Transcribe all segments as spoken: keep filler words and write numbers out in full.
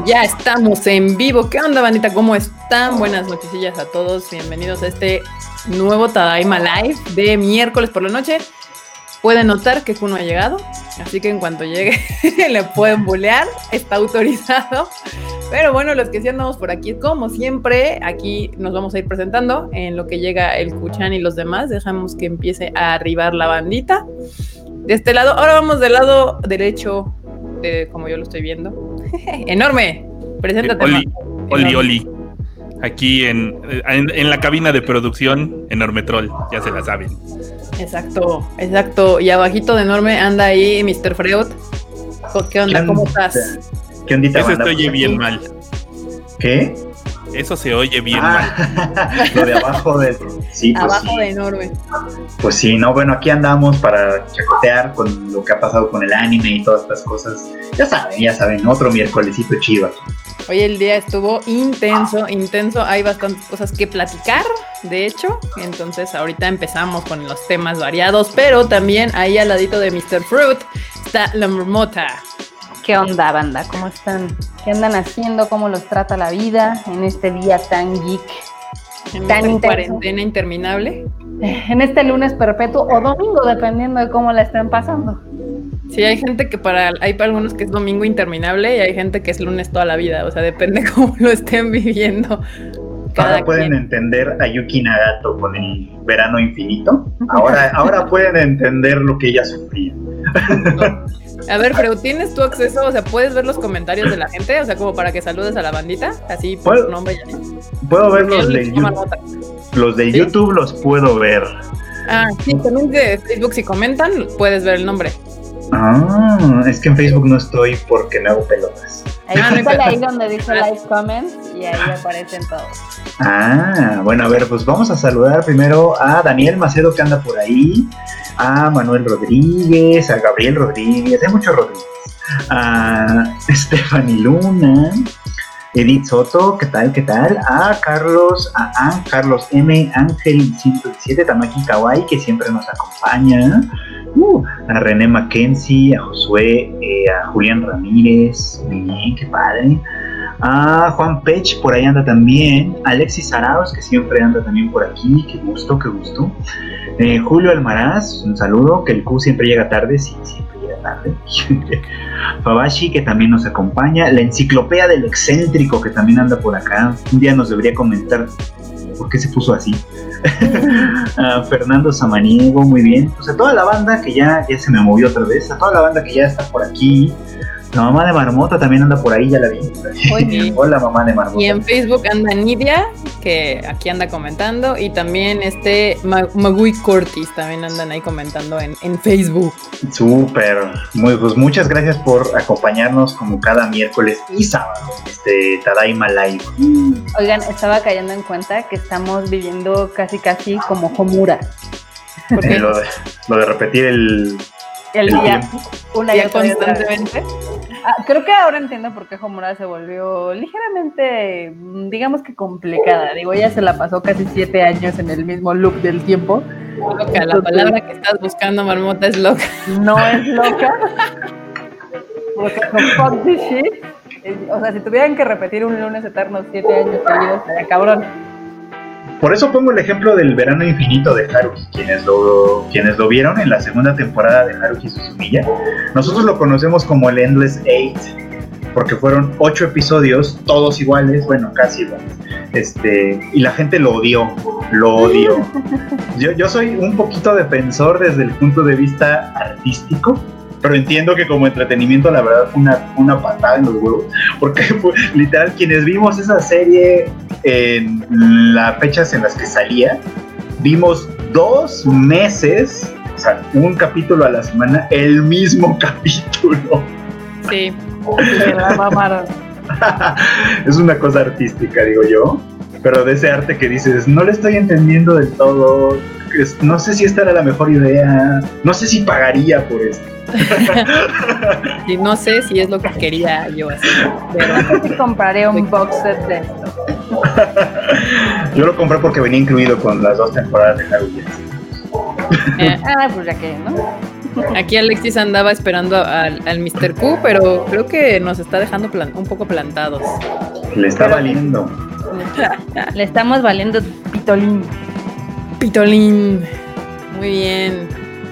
Ya estamos en vivo. ¿Qué onda, bandita? ¿Cómo están? Buenas nochecillas a todos. Bienvenidos a este nuevo Tadaima Live de miércoles por la noche. Pueden notar que Kuno ha llegado, así que en cuanto llegue le pueden bulear. Está autorizado. Pero bueno, los que sí andamos por aquí, como siempre, aquí nos vamos a ir presentando en lo que llega el Kuchan y los demás. Dejamos que empiece a arribar la bandita. De este lado, ahora vamos del lado derecho, de, como yo lo estoy viendo. Enorme, preséntate. Oli, Oli, Oli. Aquí en, en, en la cabina de producción, Enorme Troll, ya se la saben. Exacto, exacto. Y abajito de Enorme anda ahí mister Freud. ¿Qué onda? ¿Qué ¿Cómo estás? ¿Qué ondita? Eso se oye bien mal. ¿Qué? Eso se oye bien ah, mal. Lo de abajo de... Sí, pues abajo sí. de Enorme. Pues sí, no, bueno, aquí andamos para chacotear con lo que ha pasado con el anime y todas estas cosas. Ya saben, ya saben, otro miércolesito chido. Hoy el día estuvo intenso, intenso. Hay bastantes cosas que platicar, de hecho. Entonces ahorita empezamos con los temas variados, pero también ahí al ladito de mister Fruit está la marmota. ¿Qué onda, banda? ¿Cómo están? ¿Qué andan haciendo? ¿Cómo los trata la vida en este día tan geek? En tan esta cuarentena interminable. En este lunes perpetuo o domingo, dependiendo de cómo la estén pasando. Sí, hay gente que para, hay para algunos que es domingo interminable y hay gente que es lunes toda la vida, o sea, depende cómo lo estén viviendo. Cada ahora pueden quien. entender a Yuki Nagato con el verano infinito. Ahora, ahora pueden entender lo que ella sufría. A ver, pero ¿tienes tu acceso? O sea, ¿puedes ver los comentarios de la gente? O sea, como para que saludes a la bandita, así por ¿Puedo? nombre ya. Puedo ver los de YouTube. Los de ¿Sí? YouTube los puedo ver. Ah, sí, también de Facebook si comentan, puedes ver el nombre. Ah, es que en Facebook no estoy porque me hago pelotas. Ahí, ah, ahí donde dice live comments y ahí aparecen todos. Ah, bueno, a ver, pues vamos a saludar primero a Daniel Macedo que anda por ahí, a Manuel Rodríguez, a Gabriel Rodríguez, hay muchos Rodríguez, a Stephanie Luna, Edith Soto, ¿qué tal, qué tal? A Carlos, a, a Carlos M, Ángel ciento diecisiete, Tamaki Kawaii, que siempre nos acompaña, uh, a René Mackenzie, a Josué, eh, a Julián Ramírez, bien, qué padre, a Juan Pech, por ahí anda también, Alexis Arauz, que siempre anda también por aquí, qué gusto, qué gusto, eh, Julio Almaraz, un saludo, que el Q siempre llega tarde, sí, siempre llega tarde, Fabashi, que también nos acompaña, la enciclopedia del excéntrico, que también anda por acá, un día nos debería comentar por qué se puso así, a Fernando Samaniego, muy bien, pues a toda la banda que ya, ya se me movió otra vez, a toda la banda que ya está por aquí. La mamá de Marmota también anda por ahí, ya la vi. Hola, mamá de Marmota. Y en Facebook anda Nidia, que aquí anda comentando, y también este Magui Cortis también andan ahí comentando en, en Facebook. Súper, muy, pues muchas gracias por acompañarnos como cada miércoles y sábado, este Tadaima Live. Oigan, estaba cayendo en cuenta que estamos viviendo casi casi como Homura. Eh, lo, de, lo de repetir el... El día, una y otra constantemente. Ah, creo que ahora entiendo por qué Homura se volvió ligeramente, digamos que complicada. Digo, ella se la pasó casi siete años en el mismo loop del tiempo. Loca, entonces, la palabra que estás buscando, Marmota, es loca. No es loca. Porque con fuck this shit. O sea, si tuvieran que repetir un lunes eterno siete años seguidos, estaría cabrón. Por eso pongo el ejemplo del verano infinito de Haruhi, quienes lo, quienes lo vieron en la segunda temporada de Haruhi Suzumiya. Nosotros lo conocemos como el Endless Eight, porque fueron ocho episodios, todos iguales, bueno, casi iguales. Este, y la gente lo odió, lo odió. Yo, yo soy un poquito defensor desde el punto de vista artístico, pero entiendo que como entretenimiento la verdad fue una, una patada en los huevos, porque fue, literal quienes vimos esa serie en las fechas en las que salía, vimos dos meses, o sea, un capítulo a la semana, el mismo capítulo. Sí, la mamaron. Es una cosa artística, digo yo, pero de ese arte que dices, no le estoy entendiendo del todo, no sé si esta era la mejor idea, no sé si pagaría por esto. Y no sé si es lo que quería yo hacer, pero no sé si compraré un box set de esto. Yo lo compré porque venía incluido con las dos temporadas de Haruhi. Eh, ah, pues ya que, ¿no? Aquí Alexis andaba esperando al, al mister Q, pero creo que nos está dejando plan, un poco plantados. Le está pero, valiendo. Le estamos valiendo pitolín. Pitolín. Muy bien.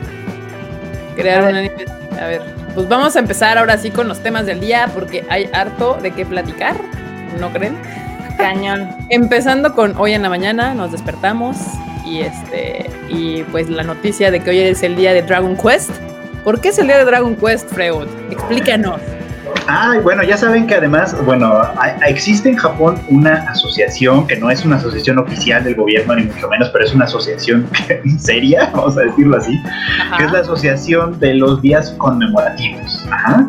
Crear un anime. A ver, pues vamos a empezar ahora sí con los temas del día, porque hay harto de qué platicar, ¿no creen? Cañón. Empezando con hoy en la mañana, nos despertamos y este y pues la noticia de que hoy es el día de Dragon Quest. ¿Por qué es el día de Dragon Quest, Freud? Explícanos. Ah, bueno, ya saben que además, bueno, hay, existe en Japón una asociación que no es una asociación oficial del gobierno ni mucho menos, pero es una asociación seria, vamos a decirlo así, Ajá. que es la Asociación de los Días Conmemorativos. Ajá.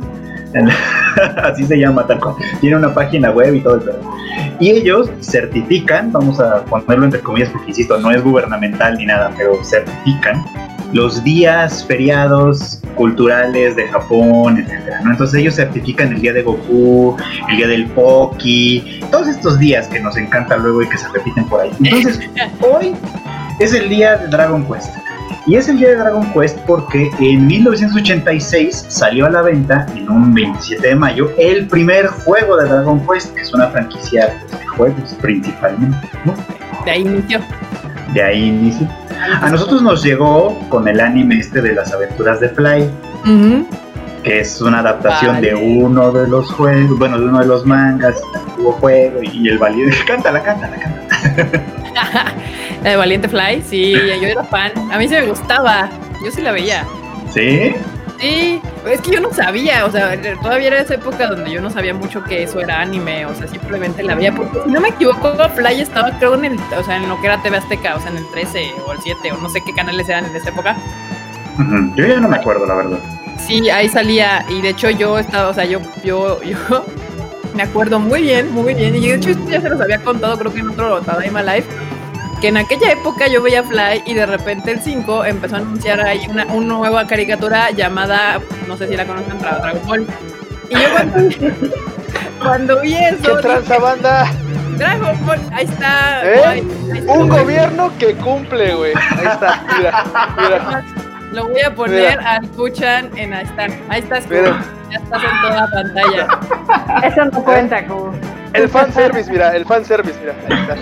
Así se llama tal cual. Tiene una página web y todo el pedo. Y ellos certifican, vamos a ponerlo entre comillas porque insisto, no es gubernamental ni nada, pero certifican los días feriados culturales de Japón, etcétera, ¿no? Entonces ellos certifican el día de Goku, el día del Poki, todos estos días que nos encantan luego y que se repiten por ahí. Entonces, hoy es el día de Dragon Quest. Y es el día de Dragon Quest porque en mil novecientos ochenta y seis salió a la venta, en un veintisiete de mayo, el primer juego de Dragon Quest, que es una franquicia de juegos principalmente, ¿no? De ahí inició. De ahí inició. A nosotros nos llegó con el anime este de las aventuras de Fly, uh-huh. que es una adaptación vale. de uno de los juegos, bueno, de uno de los mangas, hubo juego y el valiente, cántala, cántala, cántala. El Valiente Fly, sí, yo era fan, a mí sí me gustaba, yo sí la veía. ¿Sí? Sí, es que yo no sabía, o sea, todavía era esa época donde yo no sabía mucho que eso era anime, o sea, simplemente la veía, porque si no me equivoco, Fly estaba creo en el, o sea, en lo que era T V Azteca, o sea, en el trece o el siete, o no sé qué canales eran en esa época. Uh-huh. Yo ya no me acuerdo, la verdad. Sí, ahí salía, y de hecho yo estaba, o sea, yo, yo, yo me acuerdo muy bien, muy bien, y de hecho esto ya se los había contado, creo que en otro Tadaima Live, que en aquella época yo veía Fly y de repente el cinco empezó a anunciar ahí una, una nueva caricatura llamada, no sé si la conocen, Dragon Ball. Y yo cuando, cuando vi eso... ¿Qué tranza, banda? Dragon Ball, ahí está. ¿Eh? Ahí, ahí está. Un gobierno que cumple, güey. Ahí está, mira, mira. Lo voy a poner a Kuchan en ahí está. Ahí estás, ya estás en toda pantalla. Eso no cuenta, Q. El fanservice, mira, el fanservice, mira, ahí está.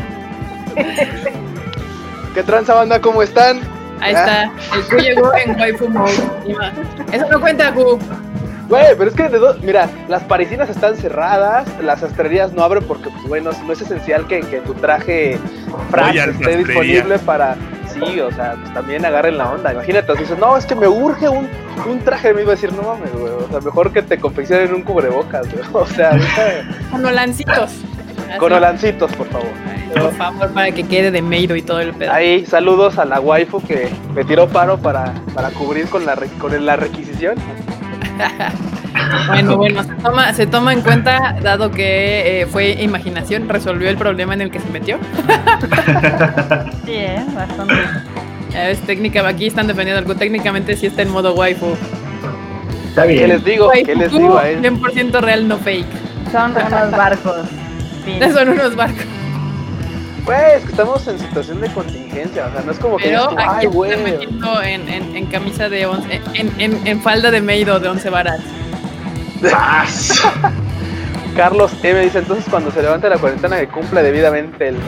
¿Qué tranza, banda? ¿Cómo están? Ahí ¿Ah? está, el Q llegó en waifu mode. Eso no cuenta, Q. Güey, pero es que de dos, mira, las parisinas están cerradas, las sastrerías no abren porque, pues, bueno, no es esencial que, que tu traje frac esté disponible para... Sí, o sea, pues también agarren la onda. Imagínate, si dices, no, es que me urge un, un traje, me iba a decir, no mames, güey, o sea, mejor que te confeccionen un cubrebocas, güey, o sea, ahorita... Con olancitos. Con olancitos, por favor. Ay, por favor, para que quede de Meido y todo el pedo. Ahí, saludos a la waifu que me tiró paro para, para cubrir con la, con la requisición. Bueno, bueno, se toma, se toma en cuenta, dado que eh, fue imaginación, resolvió el problema en el que se metió. Sí, eh, bastante. Ya ves, técnica, aquí están defendiendo algo, técnicamente sí está en modo waifu. Está bien. ¿Qué les digo? Waifu, ¿Qué les digo a él? cien por ciento real, no fake. Son unos barcos. Sí. Son unos barcos. Pues, que estamos en situación de contingencia, o sea, no es como que... Pero como, aquí ay, güey. están metiendo en, en, en camisa de once, en, en, en falda de Meido de once varas. Carlos M dice, entonces cuando se levante la cuarentena que cumpla debidamente el...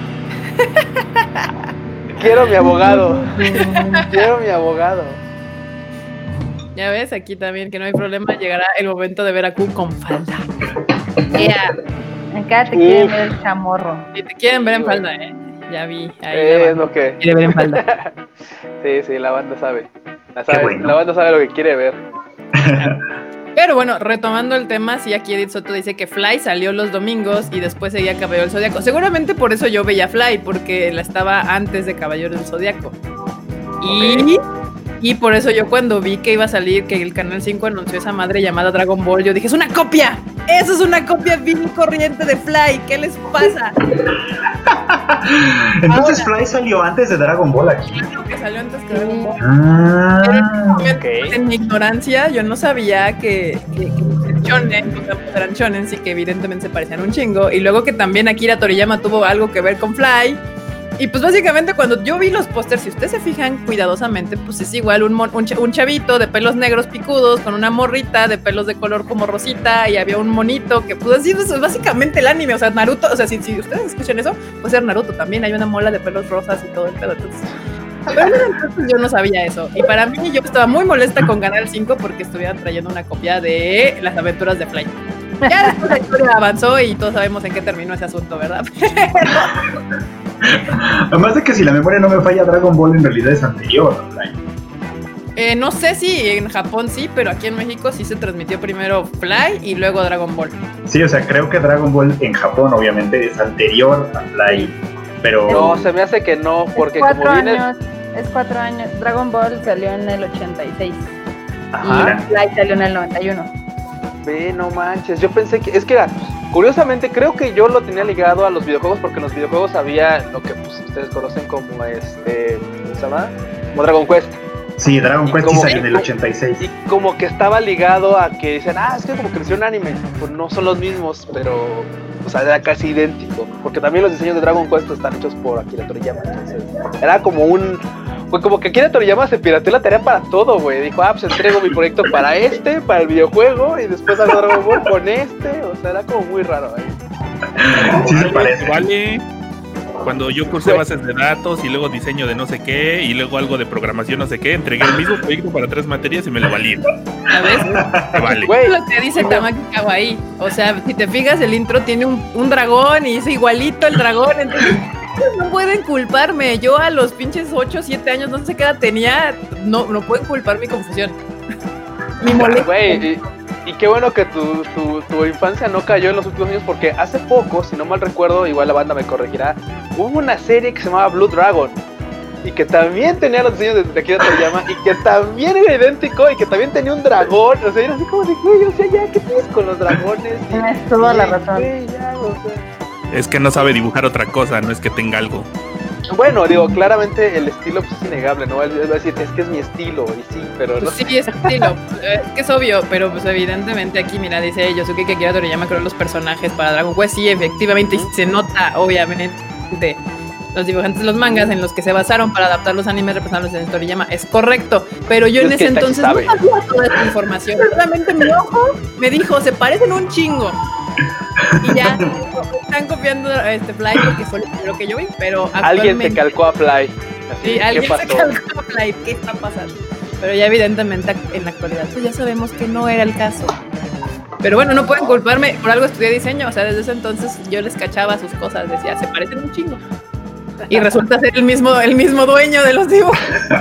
Quiero mi abogado. Quiero mi abogado. Ya ves, aquí también que no hay problema, llegará el momento de ver a Q con falda. Yeah. Acá te quieren ver el chamorro. Si te quieren ver en falda, eh. Ya vi. Ahí eh, es lo que quiere ver en falda. Sí, sí, la banda sabe. La, sabe, bueno. La banda sabe lo que quiere ver. Pero bueno, retomando el tema, sí, aquí Edith Soto dice que Fly salió los domingos y después seguía Caballero del Zodiaco. Seguramente por eso yo veía Fly, porque la estaba antes de Caballero del Zodiaco. Y... Okay. Y por eso yo cuando vi que iba a salir, que el Canal cinco anunció esa madre llamada Dragon Ball, yo dije, ¡es una copia! ¡Eso es una copia bien corriente de Fly! ¿Qué les pasa? Entonces ahora, Fly salió antes de Dragon Ball aquí. Claro que salió antes que Dragon Ball. Ah, Pero, okay. En mi ignorancia, yo no sabía que, que, que shonen, o sea, pues eran shonen, sí que evidentemente se parecían un chingo. Y luego que también Akira Toriyama tuvo algo que ver con Fly. Y pues básicamente cuando yo vi los pósters, si ustedes se fijan cuidadosamente, pues es igual un, mon, un, ch un chavito de pelos negros picudos con una morrita de pelos de color como rosita y había un monito que pues así es básicamente el anime, o sea, Naruto, o sea, si, si ustedes escuchan eso, puede ser Naruto también, hay una mola de pelos rosas y todo el pedo, entonces... Pero entonces yo no sabía eso, y para mí yo estaba muy molesta con Canal cinco porque estuvieran trayendo una copia de Las Aventuras de Fly. Ya después la historia avanzó y todos sabemos en qué terminó ese asunto, ¿verdad? Además de que si la memoria no me falla, Dragon Ball en realidad es anterior a Fly. Eh, no sé si en Japón sí, pero aquí en México sí se transmitió primero Fly y luego Dragon Ball. Sí, o sea, creo que Dragon Ball en Japón obviamente es anterior a Fly, pero... No, se me hace que no, porque es cuatro como viene... años, es cuatro años. Dragon Ball salió en el ochenta y seis. Ajá. Y Fly salió en el noventa y uno. Ve, no manches, yo pensé que... Es que era... Curiosamente, creo que yo lo tenía ligado a los videojuegos porque en los videojuegos había lo que pues, ustedes conocen como este... ¿Cómo se llama? Como Dragon Quest. Sí, Dragon Y Quest sí como salió que- en el ochenta y seis. Y como que estaba ligado a que decían, ah, es que como creció un anime. Pues no son los mismos, pero... O sea, era casi idéntico. Porque también los diseños de Dragon Quest están hechos por Akira Toriyama. Entonces, era como un... Pues como que Akira Toriyama se pirateó la tarea para todo, güey. Dijo, ah, pues entrego mi proyecto para este, para el videojuego, y después hago Dragon Ball con este. O sea, era como muy raro ahí. Sí se parece. Vale. Cuando yo cursé bases de datos y luego diseño de no sé qué y luego algo de programación no sé qué, entregué el mismo proyecto para tres materias y me lo valí. ¿Sabes? Vale. Güey, Lo que dice Tamaki Kawaii. O sea, si te fijas, el intro tiene un, un dragón y es igualito el dragón. Entonces, no pueden culparme. Yo a los pinches ocho, siete años, no sé qué edad tenía, no, no pueden culpar mi confusión. Mi molestia. güey, y, y qué bueno que tu, tu, tu infancia no cayó en los últimos años, porque hace poco, si no mal recuerdo, igual la banda me corregirá, hubo una serie que se llamaba Blue Dragon y que también tenía los diseños de Akira Toriyama y que también era idéntico y que también tenía un dragón. O sea, era así como de, güey, o sea, ya, ¿qué tienes con los dragones? Y, Tienes toda la y, razón. güey, ya, o sea. Es que no sabe dibujar otra cosa, no es que tenga algo. Bueno, digo, claramente el estilo pues, es innegable, ¿no? Él va a decir, es que es mi estilo, y sí, pero no Pues sí, es estilo. Es que es obvio, pero pues evidentemente aquí, mira, dice Yosuke que Akira Toriyama creó los personajes para Dragon Quest. Sí, efectivamente, y se nota, obviamente, los dibujantes de los mangas en los que se basaron para adaptar los animes representados en Toriyama. Es correcto, pero yo Es en que ese Itachi entonces sabe. no sabía toda esta información. Solamente mi ojo me dijo, se parecen un chingo. Y ya, están copiando este Fly porque fue lo primero que yo vi, pero Alguien se actualmente... calcó a Fly. Así, Sí, ¿qué alguien se pasó? calcó a Fly, ¿qué está pasando? Pero ya evidentemente en la actualidad pues ya sabemos que no era el caso. Pero bueno, no pueden culparme, por algo estudié diseño, o sea, desde ese entonces yo les cachaba sus cosas, decía, se parecen un chingo. Y resulta ser el mismo, el mismo dueño de los dibujos.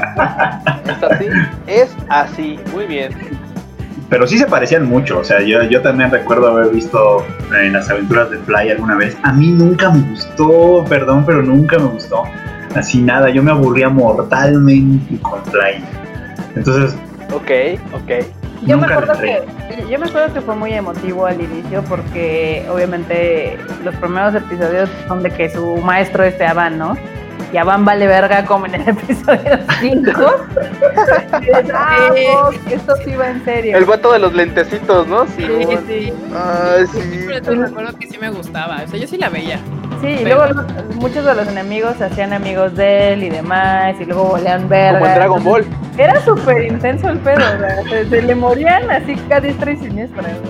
¿Es así? Es así, muy bien. Pero sí se parecían mucho, o sea, yo, yo también recuerdo haber visto eh, Las Aventuras de Fly alguna vez. A mí nunca me gustó, perdón, pero nunca me gustó. Así nada, yo me aburría mortalmente con Fly. Entonces, Ok, ok. Yo me, nunca acuerdo le que, yo me acuerdo que fue muy emotivo al inicio porque obviamente los primeros episodios son de que su maestro este Avan, ¿no? Y Avan vale verga como en el episodio cinco. ah, fuck, esto sí va en serio. El vato de los lentecitos, ¿no? Sí. Sí, sí. Ay, Por sí. eso me acuerdo que sí me gustaba, o sea, yo sí la veía. Sí, y luego los- muchos de los enemigos se hacían amigos de él y demás, y luego volían verga. Como en Dragon Ball. Era súper intenso el pedo, o sea, se, se le morían así a diestra y siniestra. O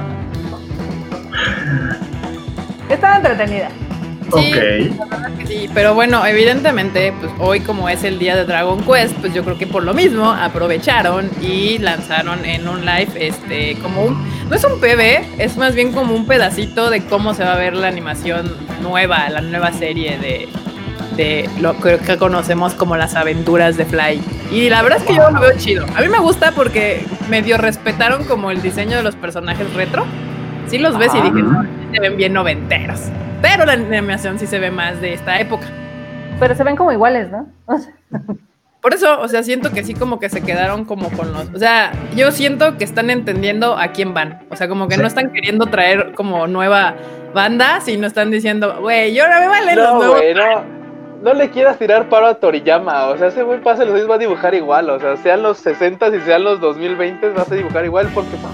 sea. Estaba entretenida. Sí, ok. la verdad que sí, pero bueno, evidentemente, pues hoy como es el día de Dragon Quest, pues yo creo que por lo mismo aprovecharon y lanzaron en un live este como un, no es un P V, es más bien como un pedacito de cómo se va a ver la animación nueva, la nueva serie de, de lo que, que conocemos como las aventuras de Fly. Y la verdad es que yo lo veo chido. A mí me gusta porque medio respetaron como el diseño de los personajes retro. Sí los ves y Ajá. dije, no, sí se ven bien noventeros. Pero la animación sí se ve más de esta época. Pero se ven como iguales, ¿no? O sea, Por eso, o sea, siento que sí como que se quedaron como con los... O sea, yo siento que están entendiendo a quién van. O sea, como que Sí. no están queriendo traer como nueva banda, sino están diciendo, güey, yo no me valen los No, nuevos... güey, no. No le quieras tirar paro a Toriyama. O sea, ese güey pasa los días va a dibujar igual. O sea, sean los sesenta y sean los dos mil veinte, vas a dibujar igual porque pues,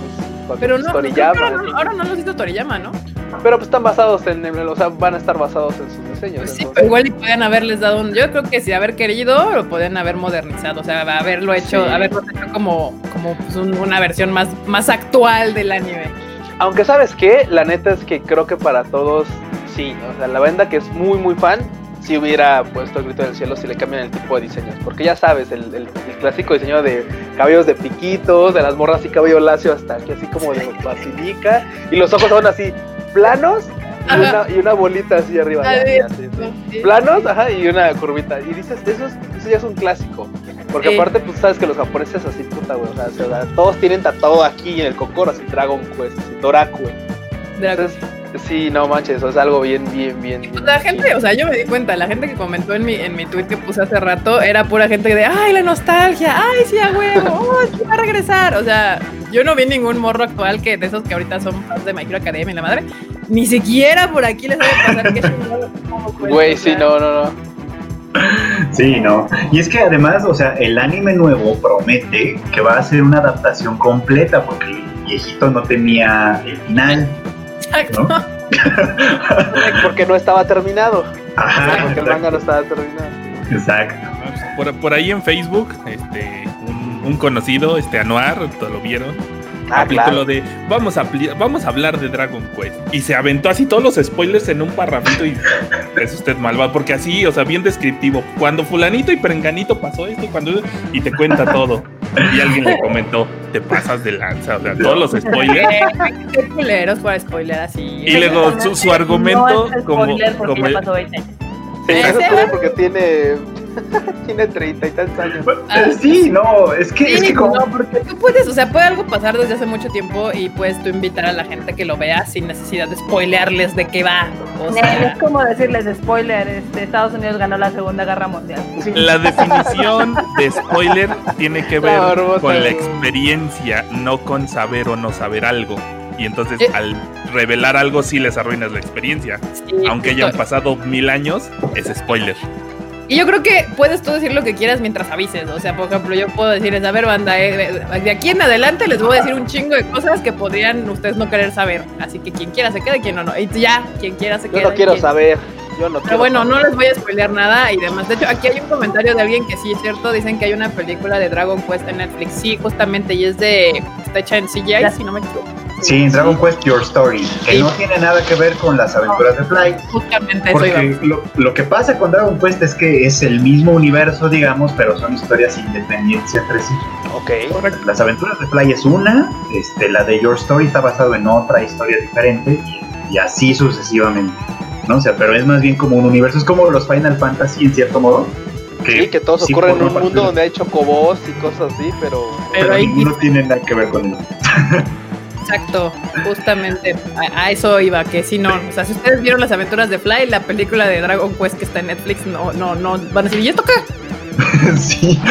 Pero no, Toriyama, ahora, no, ahora no los hizo Toriyama, ¿no? Pero pues están basados en, en, o sea, van a estar basados en sus diseños. Pues sí, pero igual y podían haberles dado un, yo creo que si haber querido, lo podían haber modernizado, o sea, haberlo hecho, sí. haberlo hecho como, como pues un, una versión más, más actual del anime. Aunque ¿sabes qué? La neta es que creo que para todos, sí, o sea, la banda que es muy, muy fan, si hubiera puesto el grito del cielo si le cambian el tipo de diseños, porque ya sabes, el, el, el clásico diseño de cabellos de piquitos, de las morras y cabello lacio hasta aquí así como de basilica, y los ojos son así, planos, y una, y una bolita así arriba, ya, ya, así, sí. planos, ajá, y una curvita, y dices, eso, es, eso ya es un clásico, porque sí. aparte, pues sabes que los japoneses así, puta, güey, o sea, o sea, todos tienen tatuado aquí en el cocoro, así, Dragon Quest, así, Doraku, entonces, sí, no manches, eso es algo bien, bien, bien. bien la gente, bien. O sea, yo me di cuenta, la gente que comentó en mi, en mi tweet que puse hace rato era pura gente de, ay, la nostalgia, ay, sí, a huevo, oh, sí va a regresar. O sea, yo no vi ningún morro actual que de esos que ahorita son fans de My Hero Academia y la madre, ni siquiera por aquí les debe pasar que güey, sí, no, no, no. Sí, no. Y es que además, o sea, el anime nuevo promete que va a ser una adaptación completa porque el viejito no tenía el final. Exacto. ¿No? Porque no estaba terminado. Ajá, porque exacto. el manga no estaba terminado. Exacto. Por, por ahí en Facebook, este, un, un conocido, este Anuar, lo vieron. Ah, aplicó claro. lo de vamos a vamos a hablar de Dragon Quest y se aventó así todos los spoilers en un parrafito y es usted malvado porque así, o sea, bien descriptivo. Cuando fulanito y perenganito pasó esto y cuando y te cuenta todo. Y alguien le comentó, te pasas de lanza, o sea, todos los spoilers. Qué culeros para spoiler así. Y luego su, su argumento no es como, porque como ya pasó veinte años. Sí, eso es todo porque tiene tiene treinta y tantos años. Ah, sí, no, es que, sí, es que como... no, porque tú puedes, o sea, puede algo pasar desde hace mucho tiempo y puedes tú invitar a la gente que lo vea sin necesidad de spoilearles de qué va. O sea, es como decirles spoiler, este, Estados Unidos ganó la Segunda Guerra Mundial. Sí. La definición de spoiler tiene que ver Claro, con pero... la experiencia, no con saber o no saber algo. Y entonces Eh. al revelar algo sí les arruinas la experiencia. sí, Aunque justo. hayan pasado mil años, es spoiler. Y yo creo que puedes tú decir lo que quieras mientras avises. O sea, por ejemplo, yo puedo decirles, a ver, banda, eh, de aquí en adelante les voy a decir un chingo de cosas que podrían ustedes no querer saber. Así que quien quiera se quede, quien no, no. Y ya, quien quiera se quede. Yo no quiero quien... saber. Yo no Pero quiero bueno, saber. no les voy a spoilear nada y demás. De hecho, aquí hay un comentario de alguien que sí es cierto. Dicen que hay una película de Dragon Quest en Netflix. Sí, justamente, y es de... Está hecha en C G I, si no me equivoco. Sí, Dragon Quest Your Story, que Sí. no tiene nada que ver con las aventuras de Fly. Justamente eso iba. Porque lo, lo que pasa con Dragon Quest es que es el mismo universo, digamos, pero son historias independientes entre sí. Ok. Las aventuras de Fly es una, este, la de Your Story está basado en otra historia diferente y, y así sucesivamente, ¿no? O sea, pero es más bien como un universo, es como los Final Fantasy en cierto modo. Sí, que todos sí ocurren en un forman mundo parte donde hay chocobos y cosas así, pero... Pero pero ahí- ninguno tiene nada que ver con él. Exacto, justamente a, a eso iba, que si no, o sea, si ustedes vieron las aventuras de Fly, la película de Dragon Quest que está en Netflix, no, no, no, van a decir, ¿y esto qué? Sí,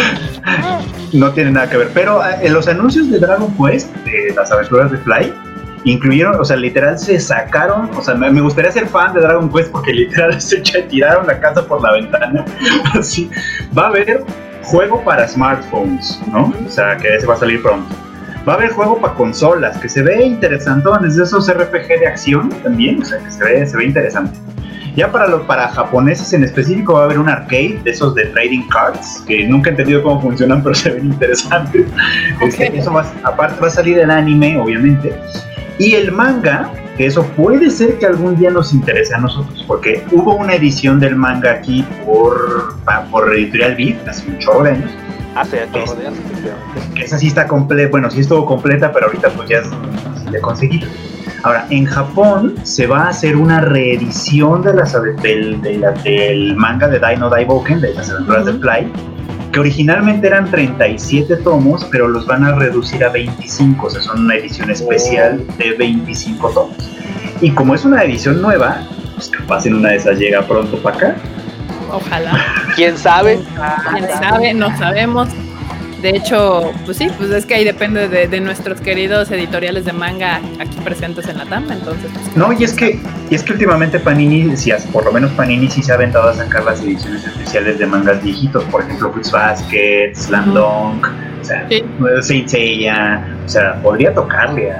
no tiene nada que ver. Pero eh, en los anuncios de Dragon Quest, de las aventuras de Fly, incluyeron, o sea, literal se sacaron, o sea, me, me gustaría ser fan de Dragon Quest porque literal se echa- tiraron la casa por la ventana. Así, va a haber juego para smartphones, ¿no? O sea, que ese va a salir pronto. Va a haber juego para consolas, que se ve interesantones, de esos R P G de acción también, o sea, que se ve, se ve interesante. Ya para los para japoneses en específico va a haber un arcade de esos de trading cards, que nunca he entendido cómo funcionan, pero se ven interesantes. Okay. Este, eso va, aparte va a salir el anime, obviamente. Y el manga, que eso puede ser que algún día nos interese a nosotros, porque hubo una edición del manga aquí por, por Editorial Beat hace un chorro de años. Hace todos los días, efectivamente. Que esa sí está completa, bueno, sí estuvo completa, pero ahorita pues ya es difícil de conseguir. Ahora, en Japón se va a hacer una reedición de las, del, de la, del manga de Dino Daiboken, de las aventuras de Fly, que originalmente eran treinta y siete tomos, pero los van a reducir a veinticinco, o sea, son una edición especial de veinticinco tomos. Y como es una edición nueva, pues capaz en una de esas llega pronto para acá. Ojalá. ¿Quién sabe? Quién sabe, no sabemos. De hecho, pues sí, pues es que ahí depende de, de nuestros queridos editoriales de manga aquí presentes en la T A M, entonces pues, No, y es que y es que últimamente Panini, si has- por lo menos Panini sí se ha aventado a sacar las ediciones especiales de mangas viejitos, por ejemplo, Fruits Basket, Slam Dunk, o sea, Sí. Saint Seiya, o sea, podría tocarle a,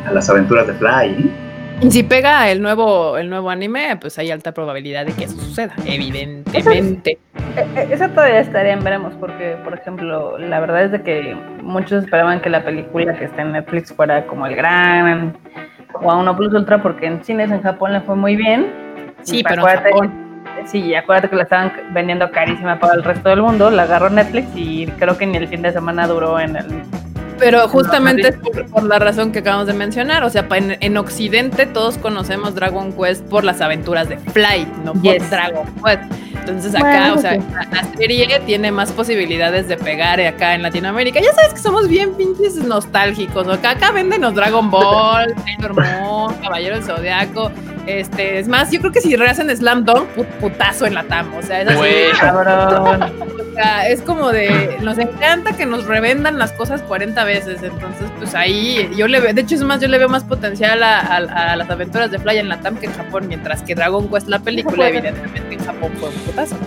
a las aventuras de Fly, ¿eh? Y si pega el nuevo, el nuevo anime, pues hay alta probabilidad de que eso suceda, evidentemente. Eso, eso todavía estaría en veremos, porque, por ejemplo, la verdad es de que muchos esperaban que la película que está en Netflix fuera como el gran o a uno plus ultra, porque en cines en Japón le fue muy bien. Sí, pero en Japón. Sí, acuérdate que la estaban vendiendo carísima para el resto del mundo, la agarró Netflix y creo que ni el fin de semana duró en el... Pero justamente es por, por la razón que acabamos de mencionar, o sea, en, en Occidente todos conocemos Dragon Quest por las aventuras de Fly, no por yes. Dragon Quest. Entonces acá, bueno, o sea, sí. la, la serie tiene más posibilidades de pegar acá en Latinoamérica. Ya sabes que somos bien pinches nostálgicos, acá, acá véndenos Dragon Ball, Sailor Moon, Caballero del Zodiaco. Este, es más, yo creo que si rehacen Slam Dunk, put, putazo en la T A M, o sea, es así, bueno. Cabrón. O sea, es como de, nos encanta que nos revendan las cosas cuarenta veces, entonces, pues ahí, yo le veo, de hecho es más, yo le veo más potencial a, a, a las aventuras de Fly en la T A M que en Japón, mientras que Dragon Quest, la película, evidentemente en Japón fue un putazo.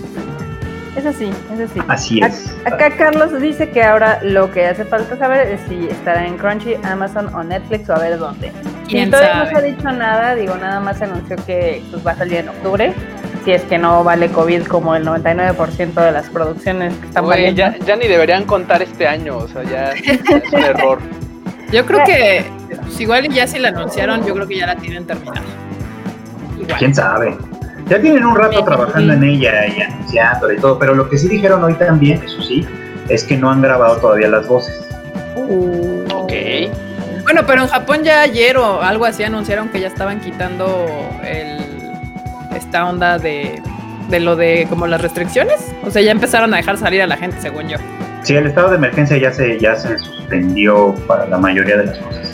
Eso sí, eso sí. Así es. Acá Carlos dice que ahora lo que hace falta saber es si estará en Crunchy, Amazon o Netflix o a ver dónde. Y todavía no se ha dicho nada, digo, nada más se anunció que pues, va a salir en octubre, si es que no vale COVID como el noventa y nueve por ciento de las producciones que están valiendo. Ya, ya ni deberían contar este año, o sea, ya es un error. Yo creo que pues, igual ya si la anunciaron, yo creo que ya la tienen terminada. Igual. ¿Quién sabe? Ya tienen un rato trabajando en ella y anunciándola y todo, pero lo que sí dijeron hoy también, eso sí, es que no han grabado todavía las voces. Uh, ok. Bueno, pero en Japón ya ayer o algo así anunciaron que ya estaban quitando el, esta onda de, de lo de como las restricciones. O sea, ya empezaron a dejar salir a la gente, según yo. Sí, el estado de emergencia ya se, ya se suspendió para la mayoría de las cosas.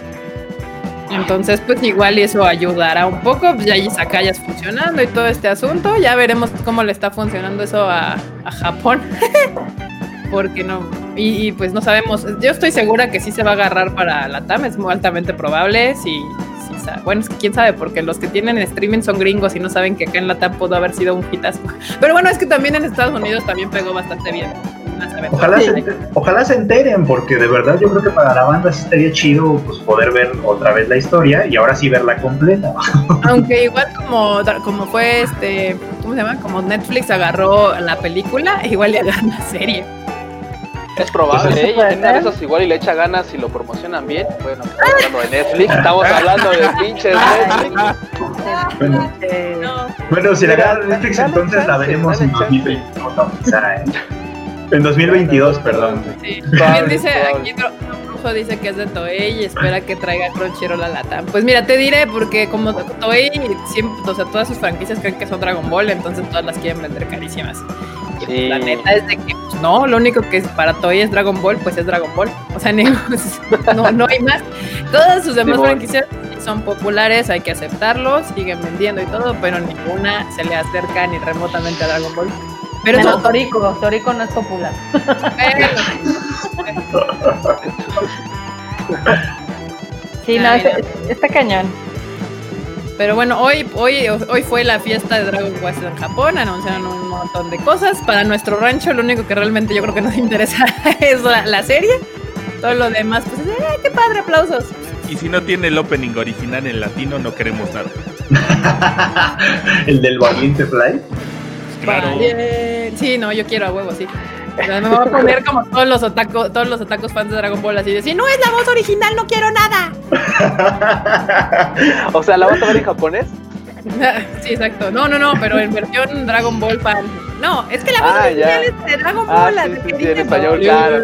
Entonces, pues igual eso ayudará un poco, pues ya Izakayas funcionando y todo este asunto. Ya veremos cómo le está funcionando eso a, a Japón. Porque no, y, y pues no sabemos. Yo estoy segura que sí se va a agarrar para la T A M, es muy altamente probable. Si, si sabe. Bueno, es que quién sabe, porque los que tienen streaming son gringos y no saben que acá en la T A M pudo haber sido un hitazo. Pero bueno, es que también en Estados Unidos también pegó bastante bien. Ojalá se, ojalá se enteren, porque de verdad yo creo que para la banda sí estaría chido pues poder ver otra vez la historia y ahora sí verla completa. Aunque igual como, como fue este, ¿cómo se llama? Como Netflix agarró la película, igual le agarran la serie. Es probable, ¿eh? Y en una de esas igual y le echa ganas y lo promocionan bien. Bueno, estamos hablando de Netflix, estamos hablando de pinches Netflix. Bueno, no. bueno si la agarran Netflix entonces la veremos en dos mil veintiuno, quizá, ¿eh? En dos mil veintidós, perdón. Sí. También dice, aquí Brujo dice que es de Toei y espera que traiga Crunchyroll a la T A M. Pues mira, te diré, porque como Toei siempre, o sea, todas sus franquicias creen que son Dragon Ball, entonces todas las quieren vender carísimas. Y sí. Pues, la neta es de que, pues no, lo único que es para Toei es Dragon Ball, pues es Dragon Ball. O sea, no, no hay más. Todas sus demás sí, franquicias son populares, hay que aceptarlos, siguen vendiendo y todo, pero ninguna se le acerca ni remotamente a Dragon Ball. Pero eso, Toriko, Toriko no es popular. Sí, no, está, está cañón. Pero bueno, hoy, hoy, hoy fue la fiesta de Dragon Quest en Japón, anunciaron un montón de cosas. Para nuestro rancho, lo único que realmente yo creo que nos interesa es la, la serie. Todo lo demás, pues, ¡eh, qué padre, aplausos! Y si no tiene el opening original en latino, no queremos nada. ¿El del valiente Fly? Claro. Vale. Sí, no, yo quiero a huevo, sí. O sea, me voy a poner como todos los otaku, todos los otakus fans de Dragon Ball así de decir, no es la voz original, no quiero nada. O sea, ¿la vas a ver en japonés? Sí, exacto. No, no, no, pero en versión Dragon Ball fan. No, es que la voz ah, original ya. es de Dragon Ball. Ah, sí, sí, sí, en español, claro.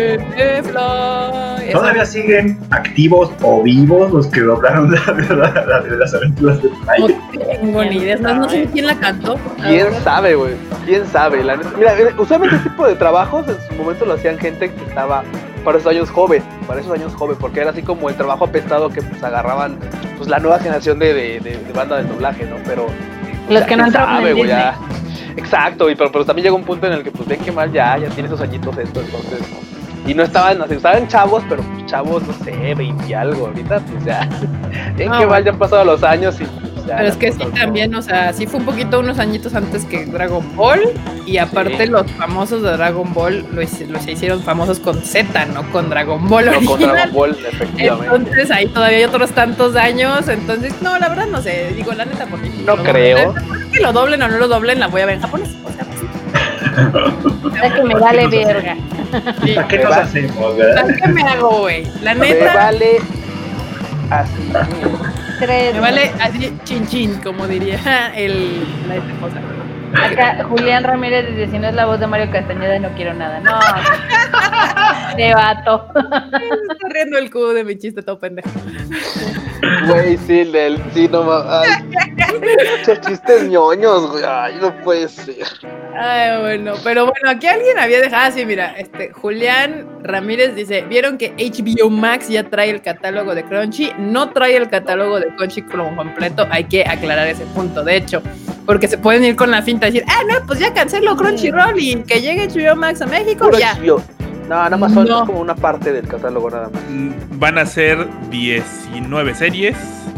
¿Todavía siguen activos o vivos los que doblaron la, la, la de las aventuras de Fly? No tengo ni idea, no, no sé quién la cantó. ¿Quién sabe, güey? ¿Quién sabe? La, mira, usualmente este tipo de trabajos en su momento lo hacían gente que estaba para esos años joven, para esos años joven, porque era así como el trabajo apestado que pues agarraban pues la nueva generación de, de, de, de banda del doblaje, ¿no? Pero los que no entraban en Disney. Ya. Exacto, y pero, pero también llega un punto en el que pues ven que mal ya, ya tiene esos añitos esto, entonces y no estaban, así, estaban chavos, pero pues, chavos, no sé, veinte y algo, ahorita pues ya, ven ah, que mal ya han pasado los años y pues, Ya, pero es que sí cosas también, no. o sea, sí fue un poquito unos añitos antes que Dragon Ball y aparte Sí. los famosos de Dragon Ball los, los hicieron famosos con Z, no con Dragon Ball No, con original. Dragon Ball, efectivamente. Entonces ahí todavía hay otros tantos años, entonces no, la verdad no sé, digo la neta porque No lo creo. doblen, que lo doblen o no lo doblen, la voy a ver en japonés, o sea, sí. Es que me vale verga. Sí. ¿Para qué Me nos va- hacemos, verdad? ¿Qué me hago, güey? La Me neta, vale así. Tres. me vale así chin chin, como diría el, la esposa. Acá Julián Ramírez dice, si no es la voz de Mario Castañeda no quiero nada. No. De vato. Se está riendo el cubo de mi chiste todo pendejo. Güey, sí, del, sí, no mames. Muchos chistes ñoños, güey. Ay, no puede ser. Ay, bueno, pero bueno, aquí alguien había dejado, ah, sí, mira, este, Julián Ramírez dice, ¿vieron que H B O Max ya trae el catálogo de Crunchy? No trae el catálogo de Crunchy como completo, hay que aclarar ese punto, de hecho, porque se pueden ir con la finta y decir, ah, no, pues ya cancelo Crunchyroll y que llegue H B O Max a México, Puro ya. H B O. No, nada más son No. como una parte del catálogo, nada más. Mm, Van a ser diecinueve series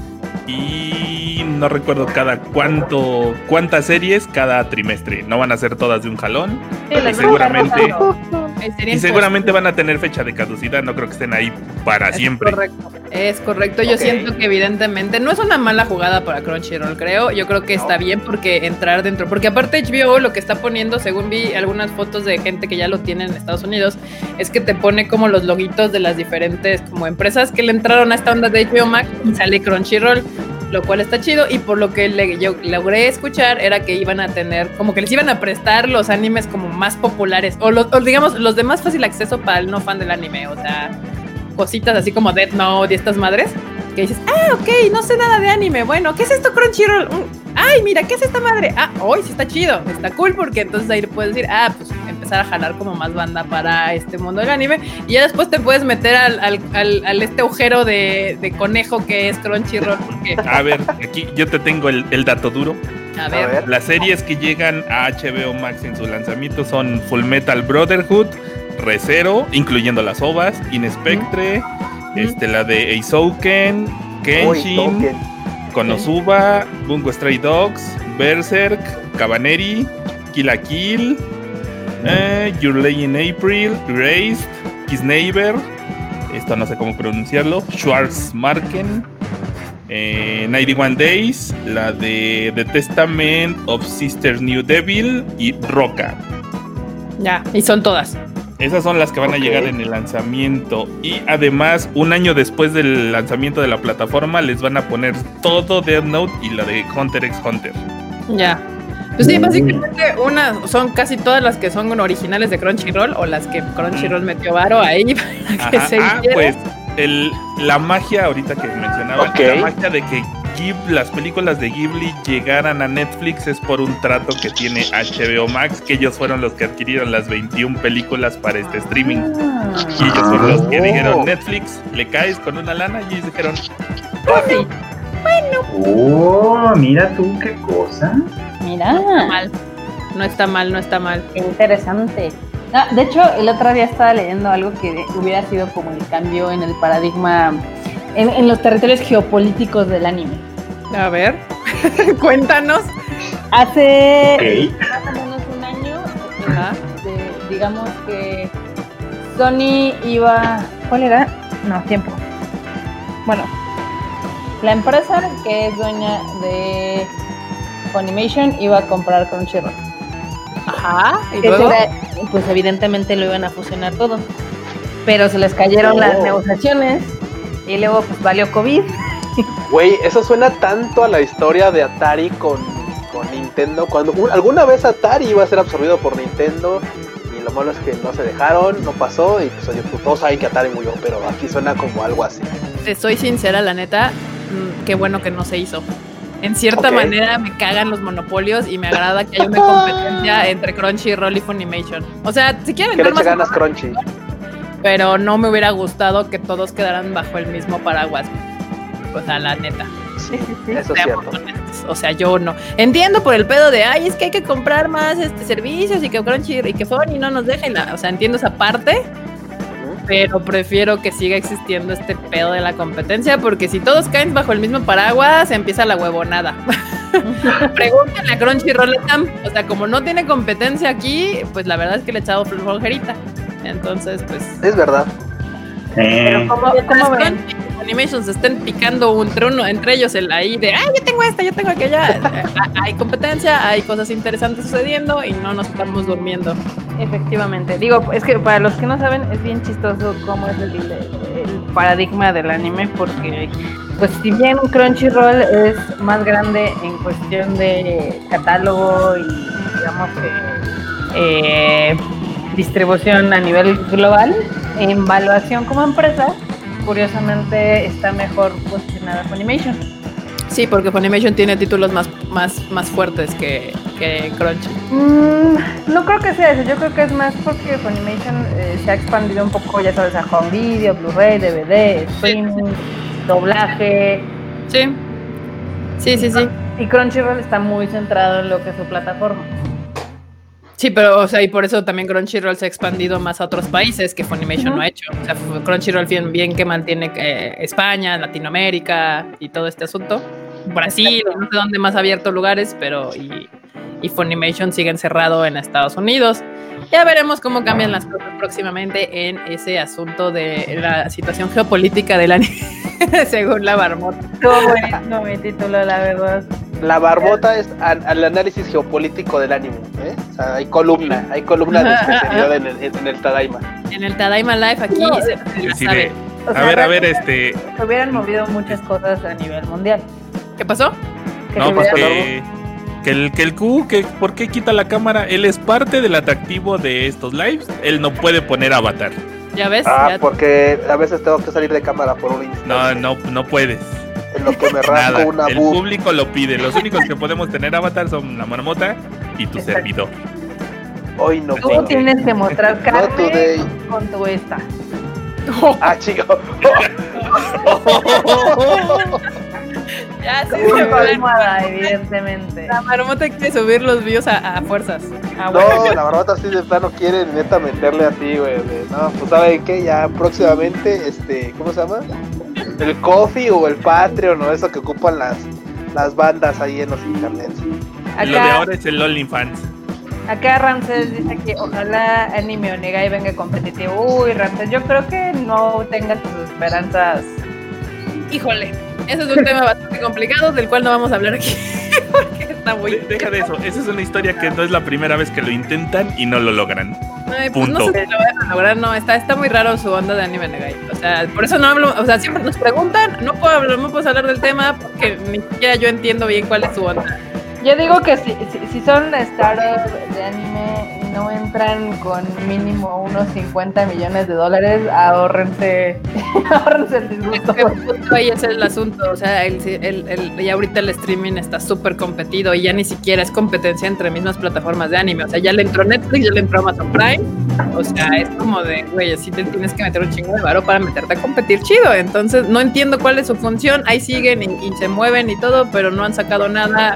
y no recuerdo cada cuánto cuántas series cada trimestre. No van a ser todas de un jalón. Sí, Y les seguramente Eh, sería y en seguramente van a tener fecha de caducidad. No creo que estén ahí para Es siempre. correcto, es correcto. Yo Ok. siento que evidentemente no es una mala jugada para Crunchyroll, creo. Yo creo que está bien porque entrar dentro, porque aparte H B O lo que está poniendo, según vi algunas fotos de gente que ya lo tiene en Estados Unidos, es que te pone como los loguitos de las diferentes como empresas que le entraron a esta onda de H B O Max y sale Crunchyroll, lo cual está chido y por lo que le, yo logré escuchar era que iban a tener, como que les iban a prestar los animes como más populares o, los, o digamos los de más fácil acceso para el no fan del anime, o sea, cositas así como Death Note y estas madres que dices, ah, ok, no sé nada de anime, bueno, ¿qué es esto Crunchyroll? Mm, ay, mira, ¿qué es esta madre? Ah, hoy sí está chido, está cool porque entonces ahí puedes decir, ah, pues empezar a jalar como más banda para este mundo del anime y ya después te puedes meter al, al, al, al este agujero de, de conejo que es Crunchyroll porque, A ver, aquí yo te tengo el, el dato duro. a A ver, ver. Las series que llegan a H B O Max en su lanzamiento son Full Metal Brotherhood, Re:Zero, incluyendo las O V As, Inspectre, este, la de Eizouken, Kenshin, Uy, toquen. Konosuba, Bungo Stray Dogs, Berserk, Cabaneri, Kill la Kill, eh, Your Lady in April, Erased, Kiss Neighbor, esto no sé cómo pronunciarlo, Schwarzmarken, eh, noventa y uno Days, la de The Testament of Sister New Devil y Roca. ya, y son todas. Esas son las que van Ok. a llegar en el lanzamiento. Y además, un año después del lanzamiento de la plataforma, les van a poner todo Death Note y la de Hunter x Hunter. Ya. Pues sí, Mm. básicamente una, son casi todas las que son originales de Crunchyroll o las que Crunchyroll metió varo ahí para que Ajá. se Ah, hiciera. pues el, la magia ahorita que mencionaban, Ok. la magia de que Ghib- las películas de Ghibli llegaran a Netflix es por un trato que tiene H B O Max, que ellos fueron los que adquirieron las veintiuna películas para este streaming. Y ellos fueron los que Oh. dijeron, Netflix, le caes con una lana, y ellos dijeron, Oh, mira tú qué cosa. Mira, No está mal. No está mal, no está mal. qué interesante. No, de hecho, el otro día estaba leyendo algo que hubiera sido como el cambio en el paradigma, en, en los territorios geopolíticos del anime. A ver, cuéntanos. Hace Ok. más o menos un año, Ajá. este, digamos que Sony iba, ¿cuál era? No, tiempo. Bueno, la empresa que es dueña de Funimation iba a comprar Crunchyroll. Ajá. Y Que luego. será- pues evidentemente lo iban a fusionar todo. Pero se les cayeron Oh. las negociaciones y luego pues valió COVID. Güey, eso suena tanto a la historia de Atari con, con Nintendo. Cuando un- alguna vez Atari iba a ser absorbido por Nintendo y lo malo es que no se dejaron, no pasó y pues oye, pues, todos saben que Atari murió, pero aquí suena como algo así. Te soy sincera, la neta, mm, qué bueno que no se hizo. En cierta Ok. manera me cagan los monopolios y me agrada que haya una competencia entre Crunchyroll y Funimation. O sea, si quieren Que le vender más eche ganas información, Crunchy. pero no me hubiera gustado que todos quedaran bajo el mismo paraguas. O sea, la neta. Sí, eso es Seamos cierto. honestos. O sea, yo no. Entiendo por el pedo de, ay, es que hay que comprar más este servicios y que Crunchy y que Funny no nos dejen. La, o sea, entiendo esa parte, pero prefiero que siga existiendo este pedo de la competencia, porque si todos caen bajo el mismo paraguas, empieza la huevonada. Pregúntenle a Crunchyroll, o sea, como no tiene competencia aquí, pues la verdad es que le he echado flojerita. Entonces, pues... Es verdad. Pero como, como ven, Animation se estén picando entre uno, entre ellos el ahí de, ah, yo tengo esta, yo tengo aquella. Hay competencia, hay cosas interesantes sucediendo y no nos estamos durmiendo. Efectivamente. Digo, es que para los que no saben, es bien chistoso cómo es el, el paradigma del anime, porque pues si bien Crunchyroll es más grande en cuestión de catálogo y digamos que eh, distribución a nivel global, en valuación como empresa, curiosamente está mejor posicionada Funimation. Sí, porque Funimation tiene títulos más, más, más fuertes que, que Crunchy. Mm, no creo que sea eso, yo creo que es más porque Funimation eh, se ha expandido un poco, ya sabes, a home video, Blu-ray, D V D, streaming, sí. doblaje. Sí, sí, sí, sí. Y Crunchyroll está muy centrado en lo que es su plataforma. Sí, pero, o sea, y por eso también Crunchyroll se ha expandido más a otros países que Funimation uh-huh. no ha hecho. O sea, Crunchyroll bien, bien que mantiene eh, España, Latinoamérica y todo este asunto. Brasil, no sé dónde más ha abierto lugares, pero y, y Funimation sigue encerrado en Estados Unidos. Ya veremos cómo cambian las cosas próximamente en ese asunto de la situación geopolítica del anime, según la Barbota. Todo buenísimo mi título, la verdad. La Barbota es al, al análisis geopolítico del anime, ¿eh? O sea, hay columna, hay columna de especialidad en el, en el Tadaima. En el Tadaima Live aquí no, se, se sí, sabe. O sea, a ver, a ver, este... Se hubieran movido muchas cosas a nivel mundial. ¿Qué pasó? No, pues que, que el que el Q, que ¿por qué quita la cámara? Él es parte del atractivo de estos lives. Él no puede poner avatar. ¿Ya ves? Ah, ya... porque a veces tengo que salir de cámara por un instante. No, no, no puedes. En lo que me rasco Nada, una el bu- público lo pide. Los únicos que podemos tener avatar son la marmota y tu Exacto. servidor. Hoy no Tú puedo. tienes que mostrar carne today. con tu esta. Ah, chico. Ya sí Con se tu puede. almohada, evidentemente. La marmota quiere subir los views a, a fuerzas. Ah, bueno. No, la barbata sí de plano quiere neta meterle así, güey. de, No, pues ¿saben qué? Ya próximamente, este, ¿cómo se llama? El Coffee o el Patreon o eso que ocupan las, las bandas ahí en los internets. Acá, lo de ahora es el OnlyFans. Acá Ramses dice que ojalá Anime Onegai venga competitivo. Uy, Ramses, yo creo que no tengas tus esperanzas. Híjole, ese es un tema bastante complicado del cual no vamos a hablar aquí. Porque está muy... De- deja de eso, esa es una historia que no es la primera vez que lo intentan y no lo logran. Ay, pues Punto. no sé si lo van a lograr, no, está, está muy raro su onda de Anime Negai. O sea, por eso no hablo, o sea, siempre nos preguntan, no puedo hablar, no puedo hablar del tema porque ni siquiera yo entiendo bien cuál es su onda. Yo digo que si, si, si son startups de anime y no entran con mínimo unos cincuenta millones de dólares, ahórrense, ahórrense el disgusto. Es que justo ahí es el asunto, o sea, el, el, el, ya ahorita el streaming está súper competido y ya ni siquiera es competencia entre mismas plataformas de anime, o sea, ya le entró Netflix, ya le entró Amazon Prime, o sea, es como de, güey, así te tienes que meter un chingo de varo para meterte a competir chido, entonces no entiendo cuál es su función, ahí siguen y, y se mueven y todo, pero no han sacado nada.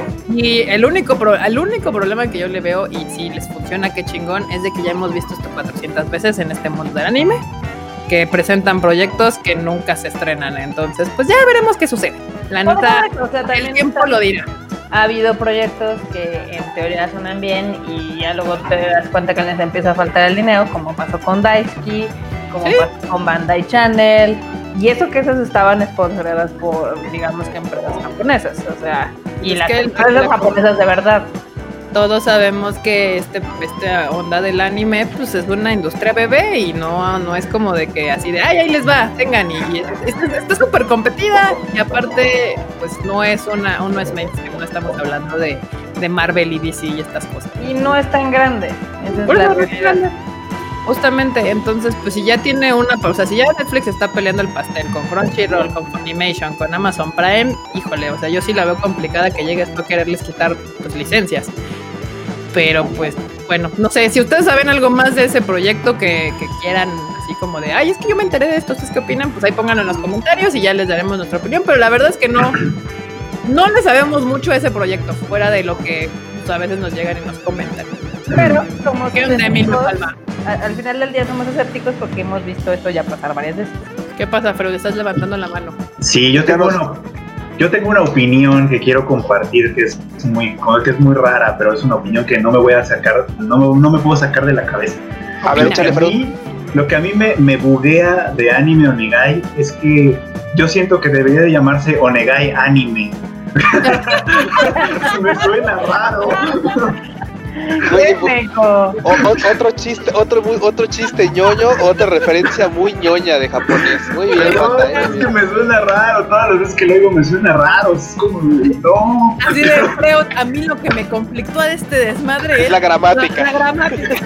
Y el único, pro, el único problema que yo le veo, y si les funciona, qué chingón, es de que ya hemos visto esto cuatrocientas veces en este mundo del anime, que presentan proyectos que nunca se estrenan. Entonces, pues ya veremos qué sucede. La neta, o sea, el tiempo está, lo dirá. Ha habido proyectos que en teoría suenan bien y ya luego te das cuenta que les empieza a faltar el dinero, como pasó con Daisuki, como ¿sí? pasó con Bandai Channel. Y eso que esas estaban sponsoradas por, digamos que empresas japonesas, o sea, y es las que empresas el, japonesas de verdad. Todos sabemos que este, esta onda del anime, pues es una industria bebé y no, no es como de que así de, ay, ahí les va, tengan, y, y está súper competida y aparte, pues no es una, no es mainstream, no estamos hablando de, de Marvel y D C y estas cosas. Y no es tan grande, esa es bueno, la no realidad. Justamente, entonces, pues si ya tiene una pausa, si ya Netflix está peleando el pastel con Crunchyroll, con Funimation, con Amazon Prime, híjole, o sea, yo sí la veo complicada que llegue esto a quererles quitar pues, licencias. Pero pues, bueno, no sé, si ustedes saben algo más de ese proyecto que, que quieran, así como de, ay, es que yo me enteré de esto, ¿ustedes qué opinan? Pues ahí pónganlo en los comentarios y ya les daremos nuestra opinión, pero la verdad es que no, no le sabemos mucho a ese proyecto, fuera de lo que pues, a veces nos llegan y nos comentan. Pero, como que de mí no salva. a, al final del día somos escépticos porque hemos visto esto ya pasar varias veces. ¿Qué pasa, Freud? Estás levantando la mano. Sí, yo tengo una, yo tengo una opinión que quiero compartir que es muy, que es muy rara, pero es una opinión que no me voy a sacar, no, no me puedo sacar de la cabeza. A ver, échale, Freud. Lo que a mí me, me buguea de anime Onegai es que yo siento que debería de llamarse Onegai Anime. Me suena raro. Oye, o, o, otro chiste, otro muy, otro chiste ñoño, otra referencia muy ñoña de japonés. Muy bien, no, Mata, eh, es bien. que me suena raro, todas las veces que lo oigo me suena raro, es como, no. Así de Freud, a mí lo que me conflictúa de este desmadre es, es la gramática. La, la gramática.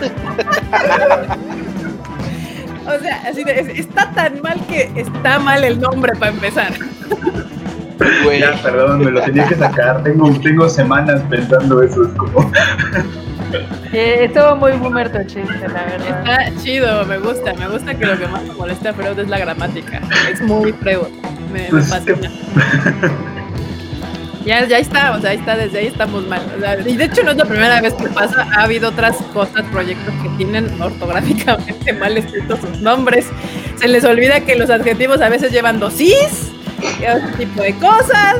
O sea, así de, es, está tan mal que está mal el nombre para empezar. Güey. Ya, perdón, me lo tenía que sacar. Tengo, tengo semanas pensando eso. Es como. Eh, estuvo muy boomer tu chiste, la verdad. Está chido, me gusta. Me gusta que lo que más me molesta a Freud es la gramática. Es muy Freud. Me, pues me fascina. Que... Ya, ya está, o sea, ahí está, desde ahí estamos mal. O sea, y de hecho no es la primera vez que pasa. Ha habido otras cosas, proyectos que tienen ortográficamente mal escritos sus nombres. Se les olvida que los adjetivos a veces llevan dos is. Ese tipo de cosas.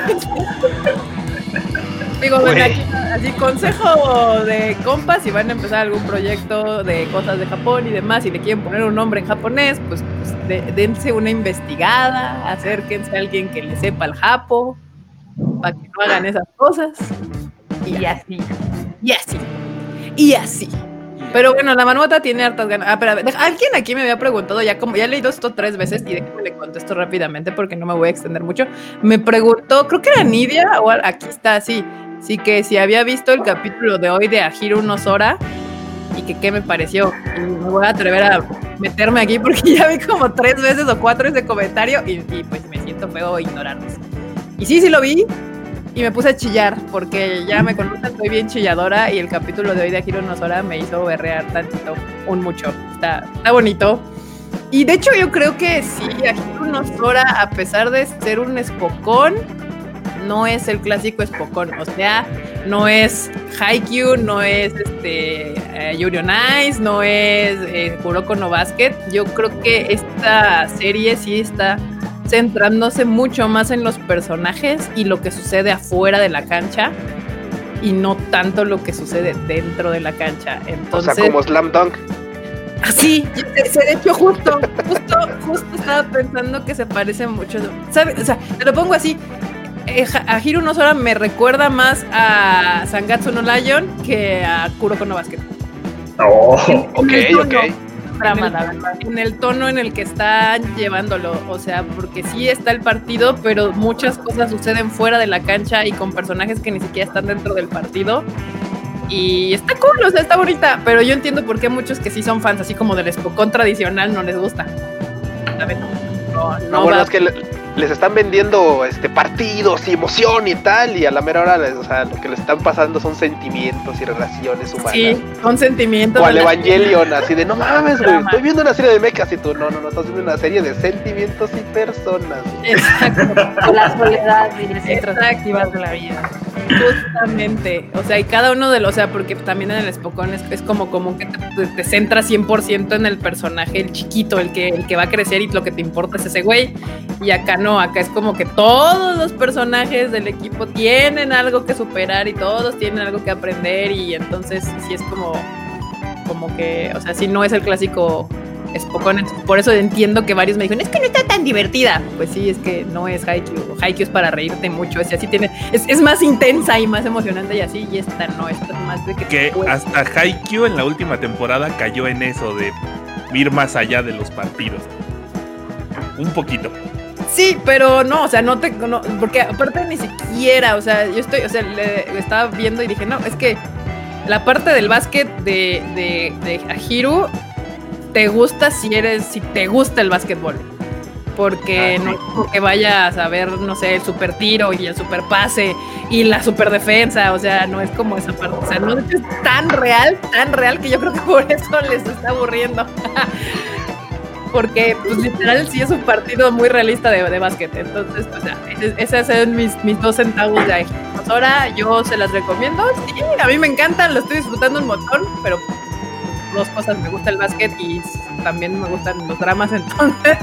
Digo, bueno, aquí, así consejo de compas, si van a empezar algún proyecto de cosas de Japón y demás y le quieren poner un nombre en japonés, pues, pues de, dense una investigada, acérquense a alguien que le sepa el japo para que no hagan esas cosas y, y así y así y así. Pero bueno, la Marmota tiene hartas ganas. Ah, pero alguien aquí me había preguntado, ya como ya he leído esto tres veces y déjame le contesto rápidamente porque no me voy a extender mucho. Me preguntó, creo que era Nidia, o aquí está, sí, sí que si había visto el capítulo de hoy de Ahiru no Sora y que qué me pareció. Y me voy a atrever a meterme aquí porque ya vi como tres veces o cuatro ese comentario y, y pues me siento feo ignorarlos. Y sí, sí lo vi. Y me puse a chillar, porque ya me conocen, soy bien chilladora, y el capítulo de hoy de Ahiru no Sora me hizo berrear tantito, un mucho. Está, está bonito. Y de hecho yo creo que sí, Ahiru no Sora, a pesar de ser un espocón, no es el clásico espocón. O sea, no es Haikyuu, no es este uh, Yuri on Ice, no es eh, Kuroko no Basket. Yo creo que esta serie sí está centrándose mucho más en los personajes y lo que sucede afuera de la cancha y no tanto lo que sucede dentro de la cancha. Entonces, o sea, como Slam Dunk. Sí, de hecho justo, justo, justo estaba pensando que se parece mucho. ¿Sabes? O sea, te lo pongo así. Eh, Ahiru no Sora me recuerda más a Sangatsu no Lion que a Kuroko no Basket. Oh, ok, ok. En el, en el tono en el que están llevándolo, o sea, porque sí está el partido, pero muchas cosas suceden fuera de la cancha y con personajes que ni siquiera están dentro del partido. Y está cool, o sea, está bonita, pero yo entiendo por qué muchos que sí son fans, así como del espocón tradicional, no les gusta. ¿Sabes? No, no, no bueno, va. Es que le, les están vendiendo este partidos y emoción y tal, y a la mera hora, les, o sea, lo que les están pasando son sentimientos y relaciones humanas. Sí, son sentimientos. O al Evangelion, así de, no mames, güey, estoy viendo una serie de mechas y tú, no, no, no, estás viendo una serie de sentimientos y personas. Exacto. La soledad y las introspectivas de la vida. Justamente, o sea, y cada uno de los, o sea, porque también en el espocón es, es como común que te, te centras cien por ciento en el personaje, el chiquito, el que, el que va a crecer y lo que te importa es ese güey, y acá no, acá es como que todos los personajes del equipo tienen algo que superar y todos tienen algo que aprender, y entonces sí es como, como que, o sea, sí no es el clásico espocón, por eso entiendo que varios me dijeron, es que no está tan divertida. Pues sí, es que no es Haikyuu. Haikyuu es para reírte mucho, es así tiene, es, es más intensa y más emocionante y así, y esta no, esta es más de que... Que hasta Haikyuu en la última temporada cayó en eso de ir más allá de los partidos. Un poquito. Sí, pero no, o sea, no te... No, porque aparte ni siquiera, o sea, yo estoy, o sea, le estaba viendo y dije, no, es que la parte del básquet de, de, de Ahiru te gusta si eres, si te gusta el básquetbol, porque no es como que vayas a ver, no sé, el super tiro y el super pase y la super defensa, o sea, no es como esa parte, o sea, no es tan real, tan real que yo creo que por eso les está aburriendo, porque pues literal sí es un partido muy realista de, de básquet, entonces, pues ya, esos son mis, mis dos centavos de ahí. Pues ahora yo se las recomiendo, sí, a mí me encantan, lo estoy disfrutando un montón, pero dos cosas, me gusta el básquet y también me gustan los dramas, entonces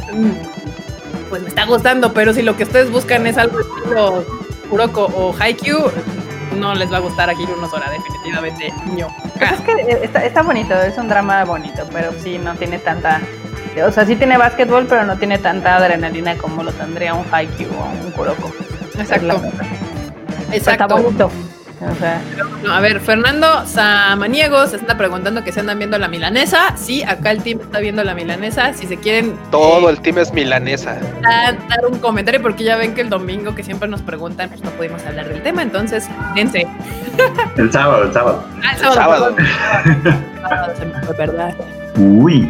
pues me está gustando, pero si lo que ustedes buscan es algo estilo Kuroko o Haikyuu, no les va a gustar aquí unos horas, definitivamente no. Pues es que está, está bonito, es un drama bonito, pero sí no tiene tanta, o sea, sí tiene básquetbol, pero no tiene tanta adrenalina como lo tendría un Haikyuu o un Kuroko. Exacto. Exacto. Está bonito. O sea. No, a ver, Fernando Samaniegos está preguntando que se andan viendo la milanesa. Sí, acá el team está viendo la milanesa. Si se quieren... Todo eh, el team es milanesa. Dar, dar un comentario, porque ya ven que el domingo que siempre nos preguntan, pues no pudimos hablar del tema, entonces, dense. El sábado, el sábado. Ah, el sábado. El sábado. El sábado se me fue, ¿verdad? Uy.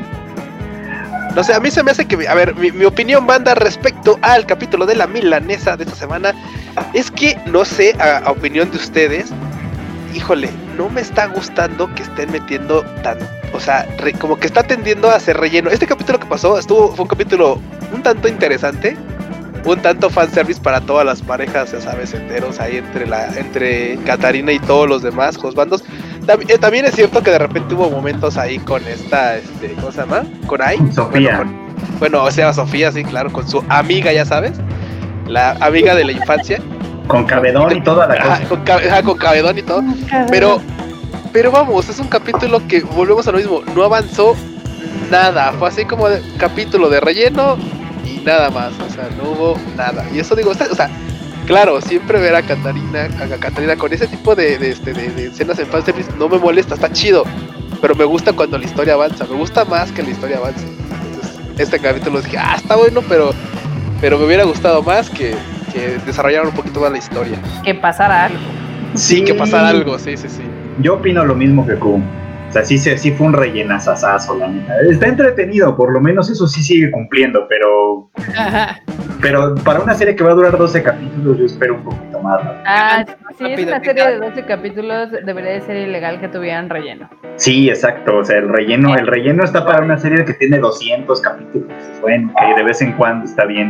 No sé, a mí se me hace que, a ver, mi, mi opinión, banda, respecto al capítulo de la milanesa de esta semana, es que, no sé, a, a opinión de ustedes, híjole, no me está gustando que estén metiendo tan, o sea, re, como que está tendiendo a ser relleno. Este capítulo que pasó estuvo, fue un capítulo un tanto interesante, un tanto fanservice para todas las parejas, ya sabes, enteros ahí entre la, entre Katarina y todos los demás juzbandos. También, eh, también es cierto que de repente hubo momentos ahí con esta, este, ¿cómo se llama? Con Ai. Sofía. Bueno, con, bueno, o sea, Sofía, sí, claro, con su amiga, ya sabes, la amiga de la infancia. Con Cabedón y toda la cosa. Ajá, con, ajá, con Cabedón y todo. Pero, pero vamos, es un capítulo que, volvemos a lo mismo, no avanzó nada. Fue así como de, capítulo de relleno y nada más. O sea, no hubo nada. Y eso digo, o sea, claro, siempre ver a Katarina, a Katarina con ese tipo de, de, de, de, de escenas en fanservice no me molesta, está chido. Pero me gusta cuando la historia avanza, me gusta más que la historia avance. Entonces, este capítulo dije, ah, está bueno, pero, pero me hubiera gustado más que, que desarrollaran un poquito más la historia. Que pasara algo. Sí, sí, que pasara algo, sí, sí, sí. Yo opino lo mismo que Q. O sea, sí, sí fue un rellenazazazo, la neta. Está entretenido, por lo menos eso sí sigue cumpliendo, pero... Ajá. Pero para una serie que va a durar doce capítulos, yo espero un poquito más, ¿no? Ah, si es una serie de doce capítulos, debería de ser ilegal que tuvieran relleno. Sí, exacto, o sea, el relleno, el relleno está para una serie que tiene doscientos capítulos. Bueno, que de vez en cuando está bien.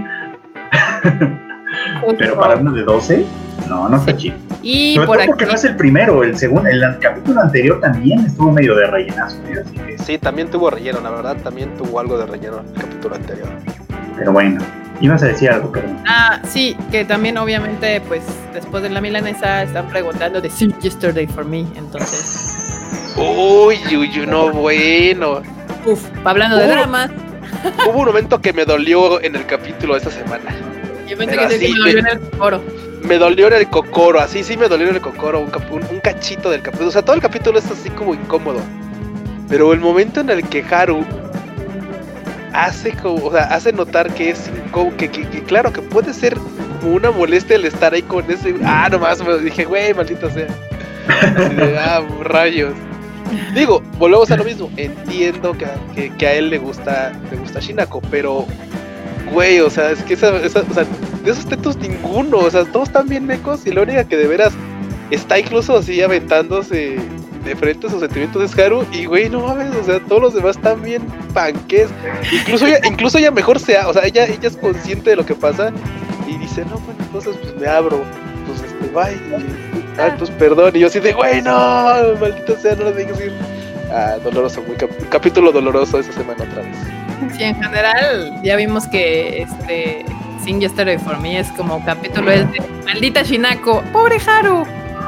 Pero para uno de doce, no, no está sí. chido. Y sobre por todo aquí... porque no es el primero, el segundo, el capítulo anterior también estuvo medio de rellenazo, ¿sí? Así que... Sí, también tuvo relleno, la verdad, también tuvo algo de relleno el capítulo anterior. Pero bueno, ibas a decir algo, perdón. Ah, sí, que también obviamente, pues, después de la milanesa están preguntando de Sing Yesterday for Me, entonces... Uy, uy, uy, no, bueno. Uf, hablando de hubo, dramas. Hubo un momento que me dolió en el capítulo de esta semana. Yo pensé Pero que así, me dolió me, en el cocoro. Me dolió en el cocoro, así sí me dolió en el cocoro, un, un, un cachito del capítulo. O sea, todo el capítulo es así como incómodo. Pero el momento en el que Haru hace como, o sea, hace notar que es incómodo, que, que, que claro, que puede ser una molestia el estar ahí con ese. Ah, nomás me dije, güey, maldita sea. Así de, ah, rayos. Digo, volvemos a lo mismo. Entiendo que, que, que a él le gusta, le gusta Shinako, pero güey, o sea, es que esa, esa, o sea, de esos tetos ninguno, o sea, todos están bien mecos y la única que de veras está incluso así aventándose de frente a sus sentimientos es Haru y güey, no mames, o sea, todos los demás están bien panques, incluso ella, incluso ella mejor sea, o sea, ella, ella es consciente de lo que pasa y dice, no, bueno, entonces pues me abro, pues este, bye, y, ay, pues perdón, y yo así de, güey, no, maldita sea, no lo dejes ir. Ah, doloroso, muy cap- capítulo doloroso esa semana otra vez. Sí, en general ya vimos que este Sing Yesterday for Me es como capítulo es de maldita Shinako, pobre Haru.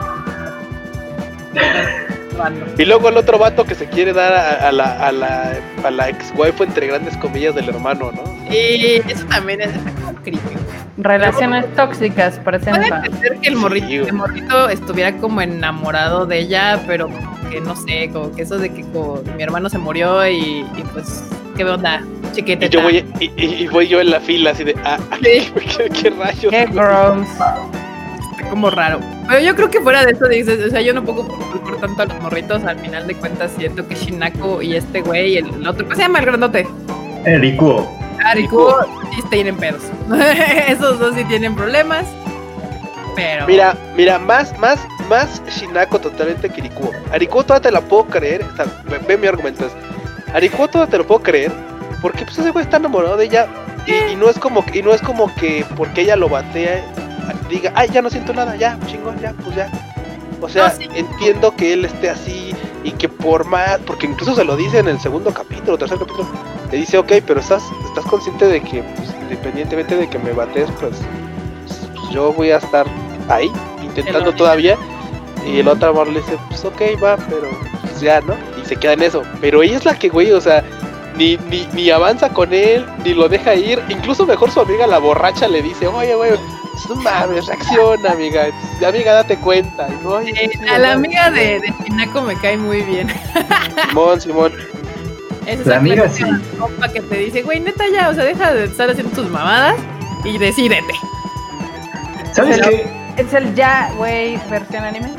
Y luego el otro vato que se quiere dar a, a la a la a la ex wife entre grandes comillas del hermano, ¿no? Y eso también es como creepy. Relaciones Pero, tóxicas presentan. Puede ser que el morrito, sí, el morrito estuviera como enamorado de ella, pero como que no sé, como que eso de que como, mi hermano se murió y, y pues ¿qué onda? Chiquitita. Y yo voy y, y, y voy yo en la fila así de ah, ¿qué, qué, qué rayos? Qué gross. Está como raro. Pero yo creo que fuera de eso dices, o sea, yo no puedo culpar tanto a los morritos, al final de cuentas siento que Shinako y este güey, el, el otro, ¿cómo se llama el grandote? Eh, Rikuo. Ah, Rikuo sí tienen pedos. Esos dos sí tienen problemas. Pero. Mira, mira, más, más, más Shinako totalmente que Rikuo. A Rikuo todavía te la puedo creer. O sea, ve, ve mi argumento es. A Rikuo todavía te lo puedo creer. Porque pues ese güey está enamorado de ella. Y, y no es como y no es como que porque ella lo batea, diga, ay, ya no siento nada, ya, chingón, ya, pues ya. O sea, no, sí. Entiendo que él esté así y, y que por más, porque incluso se lo dice en el segundo capítulo, tercer capítulo, le dice, ok, pero estás, estás consciente de que, pues, independientemente de que me bates, pues, pues yo voy a estar ahí, intentando todavía, y el otro amor le dice, pues ok, va, pero pues ya, ¿no? Y se queda en eso, pero ella es la que, güey, o sea, ni, ni, ni avanza con él, ni lo deja ir, incluso mejor su amiga la borracha le dice, oye, güey, no mames, reacciona, amiga, amiga, date cuenta. Y no, sí, sí, a la amiga de, de Shinako me cae muy bien. Simón, Simón. Es esa la amiga sí. Compa que te dice, güey, neta ya, o sea, deja de estar haciendo tus mamadas y decídete. ¿Sabes qué? Es el ya, güey, versión anime.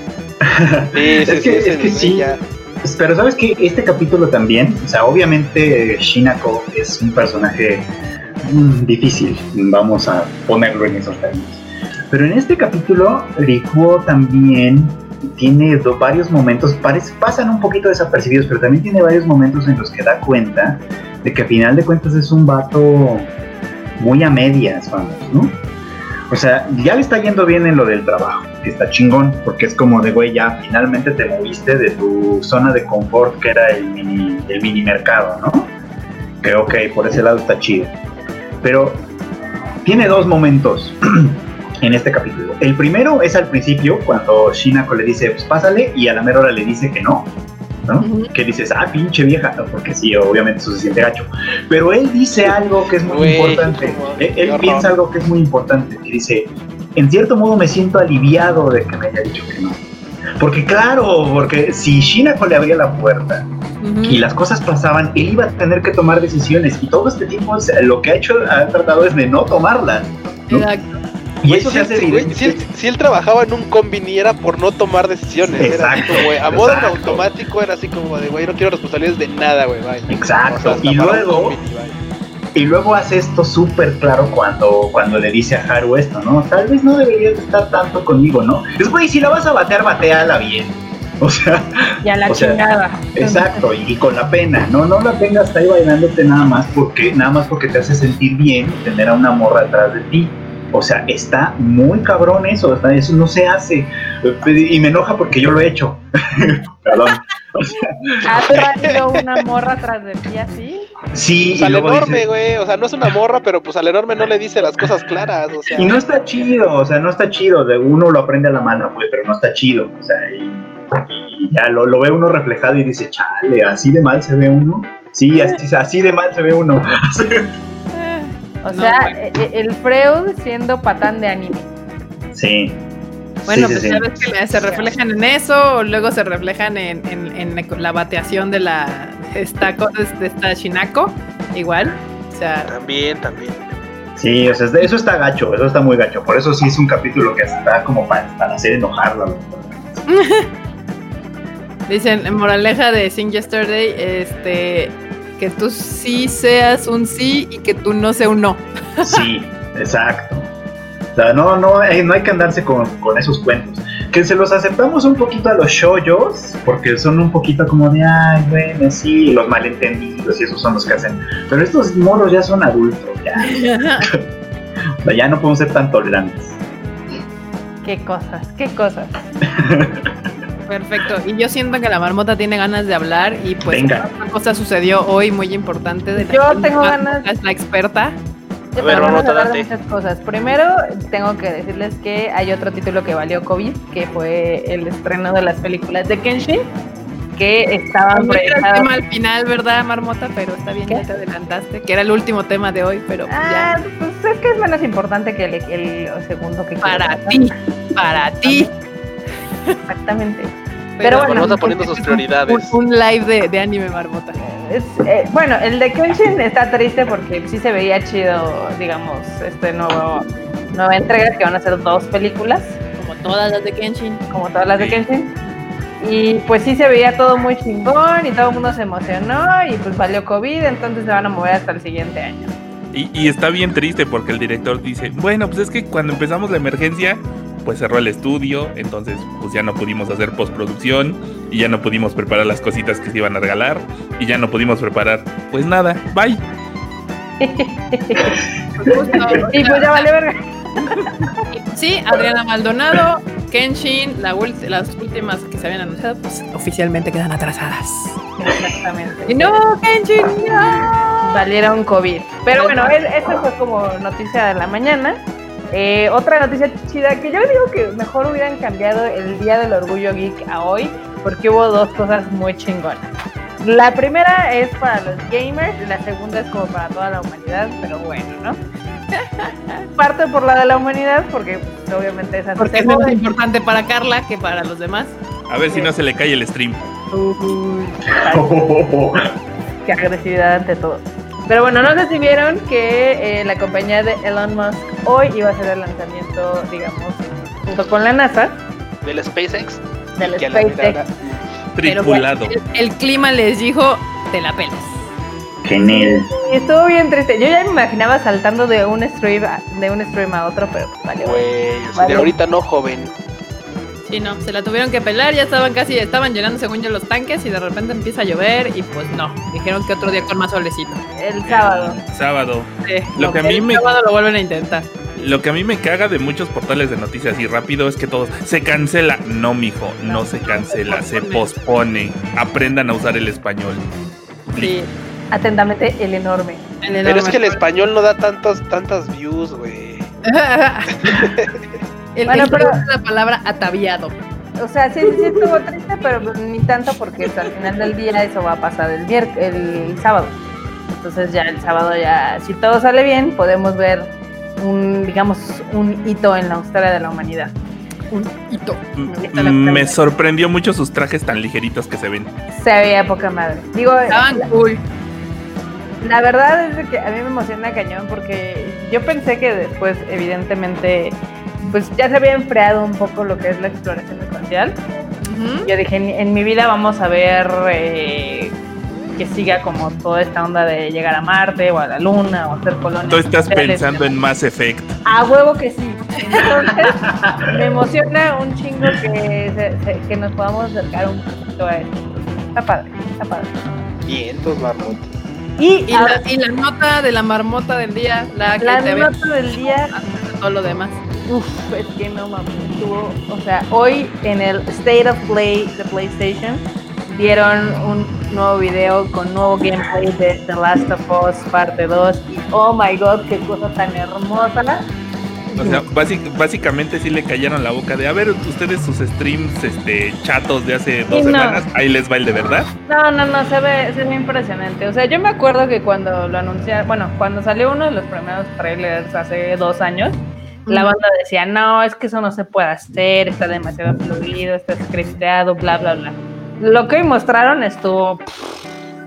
Sí, sí, es que, sí, es que sí. Ya. Pero ¿sabes qué? Este capítulo también, o sea, obviamente Shinako es un personaje mm, difícil, vamos a ponerlo en esos términos. Pero en este capítulo, Rikuo también tiene do, varios momentos, parece, pasan un poquito desapercibidos, pero también tiene varios momentos en los que da cuenta de que a final de cuentas es un vato muy a medias, vamos, ¿no? O sea, ya le está yendo bien en lo del trabajo, que está chingón, porque es como de, güey, ya finalmente te moviste de tu zona de confort, que era el mini, el mini mercado, ¿no? Que ok, por ese lado está chido. Pero tiene dos momentos en este capítulo. El primero es al principio, cuando Shinako le dice, pues pásale, y a la mera hora le dice que no, ¿no? Uh-huh. Que dices, ah, pinche vieja, porque sí, obviamente eso se siente gacho. Pero él dice algo que es muy Wey, importante. Él, él piensa algo que es muy importante, que dice, en cierto modo me siento aliviado de que me haya dicho que no. Porque claro, porque si Shinako le abría la puerta uh-huh. y las cosas pasaban, él iba a tener que tomar decisiones, y todo este tiempo lo que ha hecho, ha tratado es de no tomarlas, ¿no? Exacto. Y eso se hace evidente. Si él, si él trabajaba en un combini era por no tomar decisiones. Exacto, era así como, güey, a modo automático era así como de, güey, no quiero responsabilidades de nada, güey, bye. Exacto. O sea, y luego combini, y luego hace esto súper claro cuando, cuando le dice a Haru esto, ¿no? Tal vez no deberías estar tanto conmigo, ¿no? Es, güey, si la vas a batear, bateala bien. O sea, ya la chingada. Sea, exacto, y, y con la pena, no, no la tengas ahí bailándote nada más porque, nada más porque te hace sentir bien tener a una morra atrás de ti. O sea, está muy cabrón eso, está, eso no se hace. Y me enoja porque yo lo he hecho. Perdón. O sea, ¿has traído una morra tras de ti así? Sí, pues al enorme, dice... güey. O sea, no es una morra, pero pues al enorme no le dice las cosas claras. O sea. Y no está chido, o sea, no está chido. De uno lo aprende a la mano, pues, pero no está chido. O sea, y, y ya lo, lo ve uno reflejado y dice, chale, así de mal se ve uno. Sí, así, así de mal se ve uno. O sea, no, el Freud siendo patán de anime. Sí. Bueno, sí, pues sí, sabes sí. que se reflejan en eso, o luego se reflejan en, en, en la bateación de la esta, de esta Shinako, igual. O sea, también, también. Sí, o sea, eso está gacho, eso está muy gacho. Por eso sí es un capítulo que está como para, para hacer enojarla. Dicen, en moraleja de Sing Yesterday, este... que tú sí seas un sí y que tú no seas un no. Sí, exacto. O sea, no, no, eh, no hay que andarse con, con esos cuentos. Que se los aceptamos un poquito a los shoujos, porque son un poquito como de, ay, bueno, sí, los malentendidos y esos son los que hacen. Pero estos moros ya son adultos, ya. O sea, ya no podemos ser tan tolerantes. Qué cosas, qué cosas. Perfecto, y yo siento que la marmota tiene ganas de hablar y pues Venga. una cosa sucedió hoy muy importante de la yo tengo ganas, es la experta. Yo tengo ganas de hablar de muchas cosas. Primero tengo que decirles que hay otro título que valió COVID, que fue el estreno de las películas de Kenshin, que estaban proyectadas. El tema al final, ¿verdad, marmota? Pero está bien, ¿qué? Ya te adelantaste, que era el último tema de hoy, pero ah, ya. Pues es que es menos importante que el, el, el segundo que para ti, para ti. Exactamente. Pero, pero bueno, vamos poniendo sus prioridades. Un, un live de, de anime, marmota. Es, eh, bueno, el de Kenshin está triste porque sí se veía chido, digamos, este nuevo nueva entrega, que van a ser dos películas. Como todas las de Kenshin. Como todas las de Kenshin. Y pues sí se veía todo muy chingón y todo el mundo se emocionó y pues valió COVID, entonces se van a mover hasta el siguiente año. Y, y está bien triste porque el director dice, bueno, pues es que cuando empezamos la emergencia, pues cerró el estudio, entonces pues ya no pudimos hacer postproducción y ya no pudimos preparar las cositas que se iban a regalar y ya no pudimos preparar, pues nada, bye. Pues justo, y pues ya vale verga. Sí, Adriana Maldonado Kenshin, la ult- las últimas que se habían anunciado, pues oficialmente quedan atrasadas. Exactamente. Y no, Kenshin, no. Valieron COVID. Pero bueno, esa fue como noticia de la mañana. Eh, otra noticia chida, que yo digo que mejor hubieran cambiado el Día del Orgullo Geek a hoy, porque hubo dos cosas muy chingonas. La primera es para los gamers y la segunda es como para toda la humanidad, pero bueno, ¿no? Parte por la de la humanidad, porque pues, obviamente esa porque es más importante para Carla que para los demás. A ver si no se le cae el stream. Uy, qué agresividad ante todo. Pero bueno, no sé si vieron que eh, la compañía de Elon Musk hoy iba a hacer el lanzamiento, digamos, junto con la NASA. Del SpaceX. Del que SpaceX. Tripulado. El, el clima les dijo, te la pelas. Genial. Y estuvo bien triste. Yo ya me imaginaba saltando de un stream a, de un stream a otro, pero pues vale. Güey, vale. de ahorita no, joven. Sí, no, se la tuvieron que pelar, ya estaban casi, estaban llenando según yo los tanques y de repente empieza a llover y pues no, dijeron que otro día con más solecito. El sábado. El sábado. Sí, Lo no, que a mí el me- sábado lo vuelven a intentar. Lo que a mí me caga de muchos portales de noticias y rápido es que todos se cancela. No, mijo, no se cancela, se pospone. Aprendan a usar el español. Sí, Atentamente, el enorme. el Pero enorme. es que el español no da tantos, tantas views, güey. el, Bueno, el- pero- la palabra ataviado. O sea, sí, sí estuvo triste, pero pues ni tanto porque pues, al final del día eso va a pasar el miérc- el sábado. Entonces ya el sábado ya, si todo sale bien, podemos ver un, digamos, un hito en la historia de la humanidad. Un hito. M- Me sorprendió mucho sus trajes tan ligeritos que se ven. Se veía poca madre. Digo, Estaban la, cool. la verdad es de que a mí me emociona cañón porque yo pensé que después, evidentemente, pues ya se había enfriado un poco lo que es la exploración espacial. Ujú. Yo dije, en, en mi vida vamos a ver eh, que siga como toda esta onda de llegar a Marte o a la Luna o hacer colonias. Tú estás espaciales. pensando en Mass Effect. A huevo que sí. Entonces, me emociona un chingo que, se- se- que nos podamos acercar un poquito a esto. Está padre, está padre. Vientos, marmot. Y, Y ahora, la, y la nota de la marmota del día, la que la te ve nota del día, todo lo demás. uff, es que no mames, estuvo, o sea, hoy en el State of Play de PlayStation dieron un nuevo video con nuevo gameplay de The Last of Us parte dos y oh my god, qué cosa tan hermosa. O sea, básic- básicamente sí le callaron la boca de, a ver, ustedes sus streams este, chatos de hace dos Sí, no. semanas, ahí les va el de verdad. No, no, no, se ve, se ve impresionante. O sea, yo me acuerdo que cuando lo anunciaron, bueno, cuando salió uno de los primeros trailers hace dos años, la banda decía, no, es que eso no se puede hacer, está demasiado fluido, está scripteado, bla, bla, bla. Lo que hoy mostraron estuvo... pff,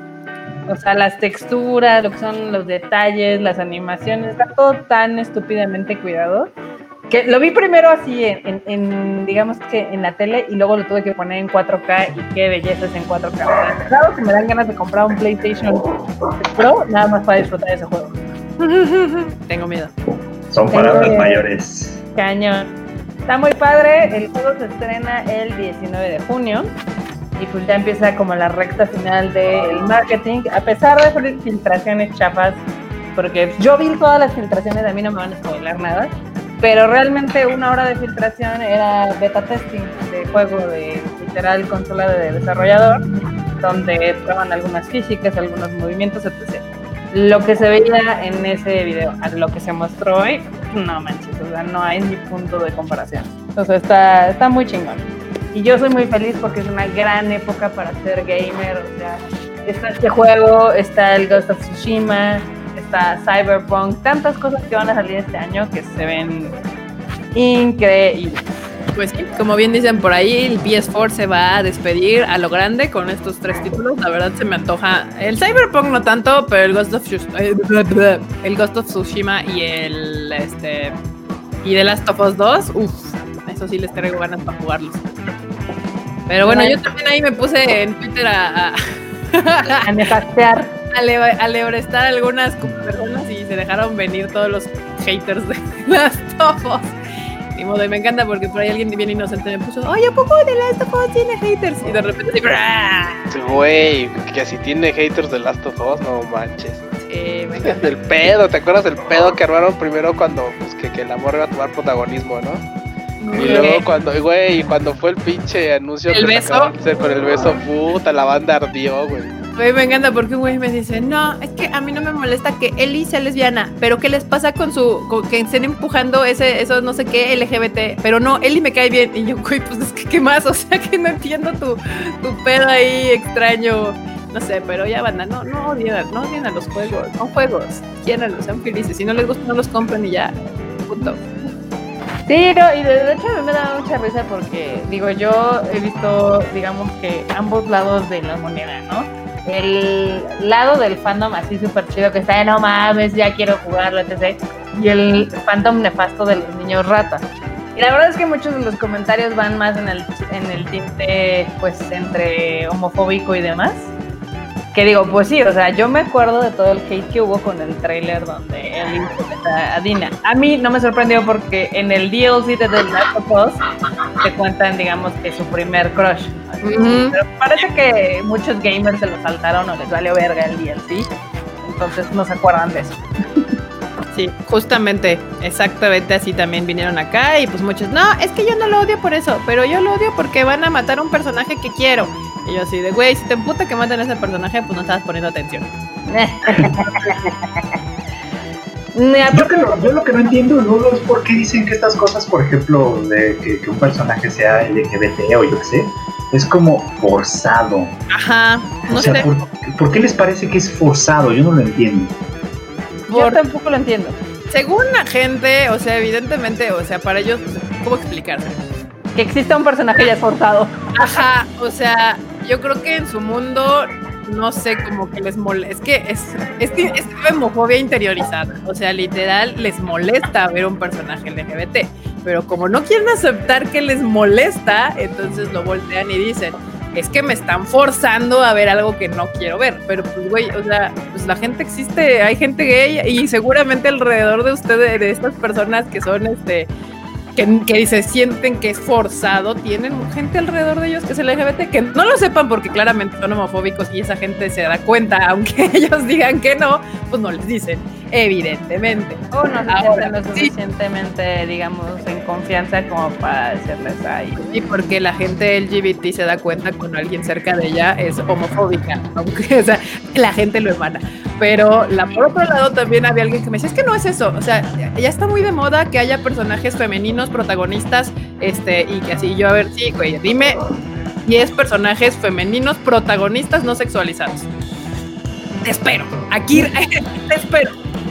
o sea, las texturas, lo que son los detalles, las animaciones, está todo tan estúpidamente cuidado que lo vi primero así en, en, en, digamos que en la tele y luego lo tuve que poner en cuatro K y qué belleza es en cuatro K. Claro que me dan ganas de comprar un PlayStation Pro nada más para disfrutar de ese juego. Tengo miedo. Son palabras mayores. Cañón. Está muy padre, el juego se estrena el diecinueve de junio y pues ya empieza como la recta final del marketing, a pesar de hacer filtraciones chafas, porque yo vi todas las filtraciones, a mí no me van a spoiler nada, pero realmente una hora de filtración era beta testing de juego de literal consola de desarrollador, donde probaban algunas físicas, algunos movimientos, etcétera. Lo que se veía en ese video a lo que se mostró hoy, no manches, o sea, no hay ni punto de comparación. O sea, está, está muy chingón. Y yo soy muy feliz porque es una gran época para ser gamer, o sea, está este juego, está el Ghost of Tsushima, está Cyberpunk, tantas cosas que van a salir este año que se ven increíbles. Pues sí, como bien dicen por ahí, el P S cuatro se va a despedir a lo grande con estos tres títulos. La verdad se me antoja. El Cyberpunk no tanto, pero el Ghost of Tsushima, el Ghost of Tsushima y el este y The Last of Us dos, uff, eso sí les traigo ganas para jugarlos. Pero bueno, yo también ahí me puse en Twitter a, a, A nefastear. a, le, a lebrestar a algunas personas y se dejaron venir todos los haters de Last of Us. Y modo, y me encanta porque por ahí alguien bien inocente me puso, oye, ¿a poco The Last of Us tiene haters? Y de repente así, ¡bra! Güey, que si tiene haters de Last of Us, no manches. Sí, me encanta. El pedo, ¿te acuerdas del pedo que armaron primero cuando pues que, que el amor iba a tomar protagonismo, no? Y luego cuando, güey, cuando fue el pinche anuncio ¿El que beso? sacaron de hacer con el beso, puta, la banda ardió, güey. Güey, me encanta porque un güey me dice, no, es que a mí no me molesta que Ellie sea lesbiana, pero ¿qué les pasa con su, con que estén empujando ese, eso no sé qué, L G B T? Pero no, Ellie me cae bien. Y yo, güey, pues es que, ¿qué más? O sea, que no entiendo tu, tu pedo ahí extraño. No sé, pero ya banda, no, no odien, no odien a los juegos, son juegos, quiéranlos, sean felices. Si no les gusta, no los compren y ya, punto. Sí, no, y de, de hecho a mí me da mucha risa porque, digo, yo he visto, digamos que ambos lados de la moneda, ¿no? El lado del fandom así súper chido que está de no mames, ya quiero jugarlo, etcétera. Y el fandom nefasto de los niños rata. Y la verdad es que muchos de los comentarios van más en el, en el tinte, pues, entre homofóbico y demás. Que digo, pues sí, o sea, yo me acuerdo de todo el hate que hubo con el tráiler donde él interpreta a Dina. A mí no me sorprendió porque en el D L C de The Last of Us te cuentan, digamos, que su primer crush. Uh-huh. Pero parece que muchos gamers se lo saltaron o les valió verga el D L C, entonces no se acuerdan de eso. Sí, justamente, exactamente así también vinieron acá y pues muchos, no, es que yo no lo odio por eso, pero yo lo odio porque van a matar a un personaje que quiero. Y yo así de, güey, si te emputa que maten a ese personaje, pues no estabas poniendo atención. yo, que lo, yo lo que no entiendo luego es por qué dicen que estas cosas, por ejemplo, de que, que un personaje sea L G B T o yo qué sé, es como forzado. Ajá, no o sea, sé. ¿por, ¿por qué les parece que es forzado? Yo no lo entiendo. Yo tampoco lo entiendo. Según la gente, o sea, evidentemente, o sea, para ellos, ¿cómo explicarse? Que exista un personaje ya forzado. Ajá, o sea, yo creo que en su mundo, no sé, como que les molesta, es que es, es, es homofobia interiorizada, o sea, literal, les molesta ver un personaje L G B T, pero como no quieren aceptar que les molesta, entonces lo voltean y dicen, es que me están forzando a ver algo que no quiero ver, pero pues güey, o sea, pues la gente existe, hay gente gay y seguramente alrededor de ustedes, de estas personas que son este... Que, que se sienten que es forzado, tienen gente alrededor de ellos que es L G B T, que no lo sepan porque claramente son homofóbicos y esa gente se da cuenta, aunque ellos digan que no, pues no les dicen, evidentemente. O no se sienten lo suficientemente, sí, digamos, en confianza como para decirles ahí. Y porque la gente L G B T se da cuenta cuando alguien cerca de ella es homofóbica, aunque, o sea, la gente lo emana. Pero la, por otro lado también había alguien que me decía, es que no es eso, o sea, ya está muy de moda que haya personajes femeninos protagonistas, este, y que así yo, a ver, sí, güey, dime diez personajes femeninos protagonistas no sexualizados. Te espero, aquí te espero.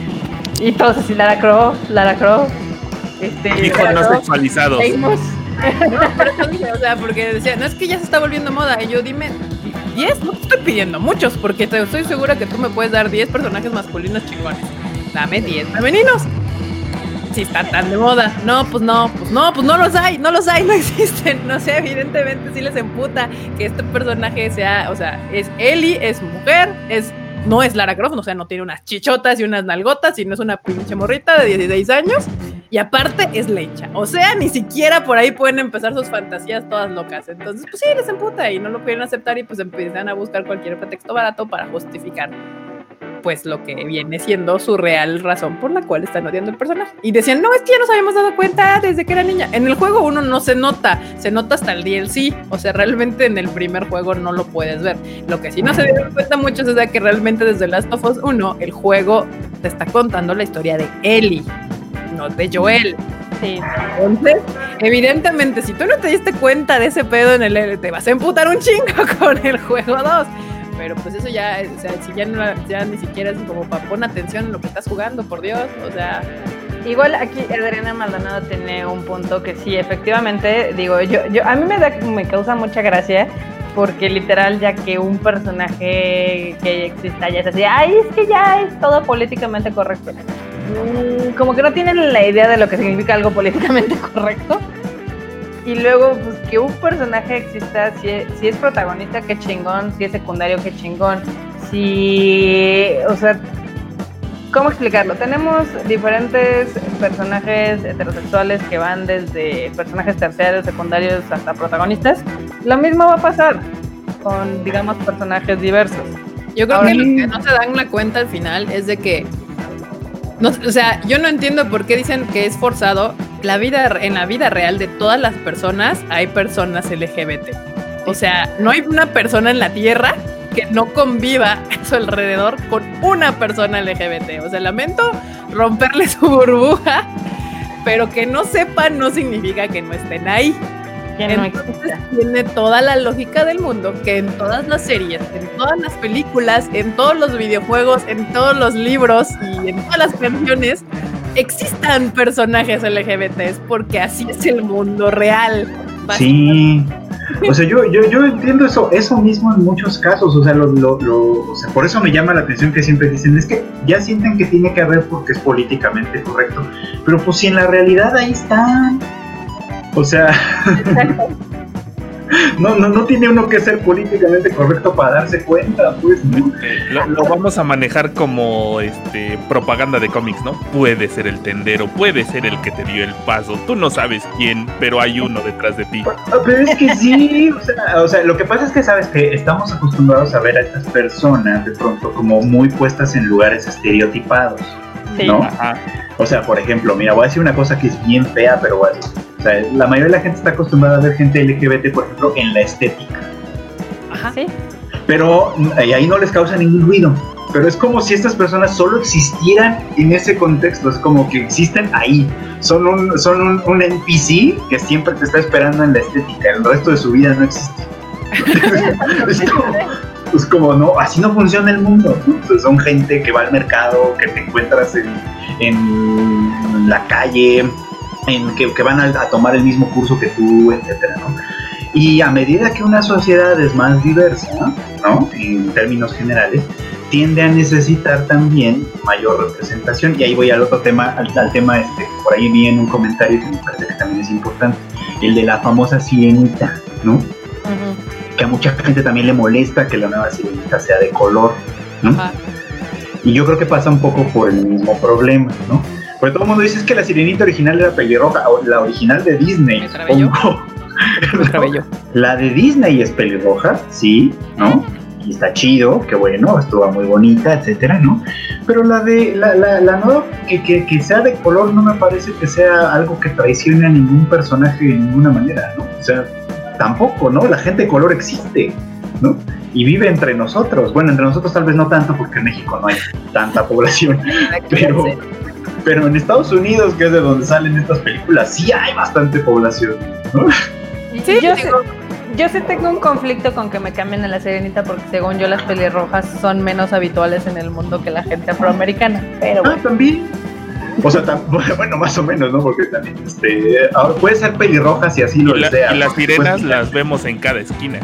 Y todos así, Lara Croft, Lara Croft, este, hijo no sexualizados. No, pero eso dije, o sea, porque decía, no es que ya se está volviendo moda, y yo dime, diez, no te estoy pidiendo muchos, porque te estoy segura que tú me puedes dar diez personajes masculinos chingones. Dame diez femeninos. Si está tan de moda. No, pues no, pues no, pues no los hay, no los hay, no existen. No sé, evidentemente sí les emputa que este personaje sea, o sea, es Ellie, es mujer, es, no es Lara Croft, o sea, no tiene unas chichotas y unas nalgotas, sino es una pinche morrita de dieciséis años, y aparte es lecha. O sea, ni siquiera por ahí pueden empezar sus fantasías todas locas. Entonces, pues sí, les emputa y no lo quieren aceptar y pues empiezan a buscar cualquier pretexto barato para justificar pues lo que viene siendo su real razón por la cual están odiando el personaje. Y decían, no, es que ya nos habíamos dado cuenta desde que era niña. En el juego uno no se nota, se nota hasta el D L C, o sea, realmente en el primer juego no lo puedes ver. Lo que sí no se dieron cuenta muchos es de que realmente desde Last of Us uno, el juego te está contando la historia de Ellie, no de Joel. Sí. Entonces, evidentemente, si tú no te diste cuenta de ese pedo en el, te vas a emputar un chingo con el juego dos. Pero pues eso ya, o sea, si ya, no, ya ni siquiera es como para poner atención en lo que estás jugando, por Dios, o sea... Igual aquí Adriana Maldonado tiene un punto que sí, efectivamente, digo, yo, yo a mí me, da, me causa mucha gracia, porque literal ya que un personaje que exista ya es así, ay, es que ya es todo políticamente correcto. Mm, como que no tienen la idea de lo que significa algo políticamente correcto. Y luego, pues, que un personaje exista, si es, si es protagonista, qué chingón, si es secundario, qué chingón, si, o sea, ¿cómo explicarlo? Tenemos diferentes personajes heterosexuales que van desde personajes terciarios, secundarios, hasta protagonistas. Lo mismo va a pasar con, digamos, personajes diversos. Yo creo Ahora, que lo que no se dan la cuenta al final es de que, no, o sea, yo no entiendo por qué dicen que es forzado. la vida, en la vida real de todas las personas hay personas L G B T. O sea, no hay una persona en la Tierra que no conviva a su alrededor con una persona L G B T. O sea, lamento romperle su burbuja, pero que no sepan no significa que no estén ahí. Que no Entonces tiene toda la lógica del mundo que en todas las series, en todas las películas, en todos los videojuegos, en todos los libros y en todas las canciones existan personajes L G B T, porque así es el mundo real. Sí. O sea, yo, yo, yo entiendo eso, eso mismo en muchos casos, o sea, lo, lo, lo, o sea, por eso me llama la atención que siempre dicen, es que ya sienten que tiene que haber porque es políticamente correcto, pero pues si en la realidad ahí están, o sea, no, no, no tiene uno que ser políticamente correcto para darse cuenta, pues, ¿no? Eh, lo, lo vamos a manejar como este propaganda de cómics, ¿no? Puede ser el tendero, puede ser el que te dio el paso, tú no sabes quién, pero hay uno detrás de ti. Pero es que sí, o sea, o sea, lo que pasa es que sabes que estamos acostumbrados a ver a estas personas de pronto como muy puestas en lugares estereotipados, ¿no? Sí. Ajá. O sea, por ejemplo, mira, voy a decir una cosa que es bien fea, pero bueno, o sea, la mayoría de la gente está acostumbrada a ver gente L G B T, por ejemplo, en la estética. Ajá, sí. Pero ahí no les causa ningún ruido. Pero es como si estas personas solo existieran en ese contexto. Es como que existen ahí. Son un, son un, un N P C que siempre te está esperando en la estética. El resto de su vida no existe. es, como, es como, no, así no funciona el mundo, ¿no? O sea, son gente que va al mercado, que te encuentras en, en la calle, en que, que van a, a tomar el mismo curso que tú, etcétera, ¿no? Y a medida que una sociedad es más diversa, ¿no? En términos generales, tiende a necesitar también mayor representación. Y ahí voy al otro tema, al, al tema este, por ahí vi en un comentario que me parece que también es importante, el de la famosa sirenita, ¿no? Uh-huh. Que a mucha gente también le molesta que la nueva sirenita sea de color, ¿no? Uh-huh. Y yo creo que pasa un poco por el mismo problema, ¿no? Porque todo el mundo dice es que la sirenita original era pelirroja, o la original de Disney. ¿No? La de Disney es pelirroja, sí, ¿no? Y está chido, que bueno, estuvo muy bonita, etcétera, ¿no? Pero la de la, la, la nueva que, que, que sea de color no me parece que sea algo que traicione a ningún personaje de ninguna manera, ¿no? O sea, tampoco, ¿no? La gente de color existe, ¿no? Y vive entre nosotros. Bueno, entre nosotros tal vez no tanto porque en México no hay tanta población, pero, pero en Estados Unidos, que es de donde salen estas películas, sí hay bastante población, ¿no? Sí, yo, sé, yo sí tengo un conflicto con que me cambien a la sirenita porque según yo las pelirrojas son menos habituales en el mundo que la gente afroamericana, pero bueno. Ah, también. O sea, tam, bueno, más o menos, ¿no? Porque también, este, ahora puede ser pelirrojas y así lo la, desea. Y las sirenas pues, las vemos en cada esquina.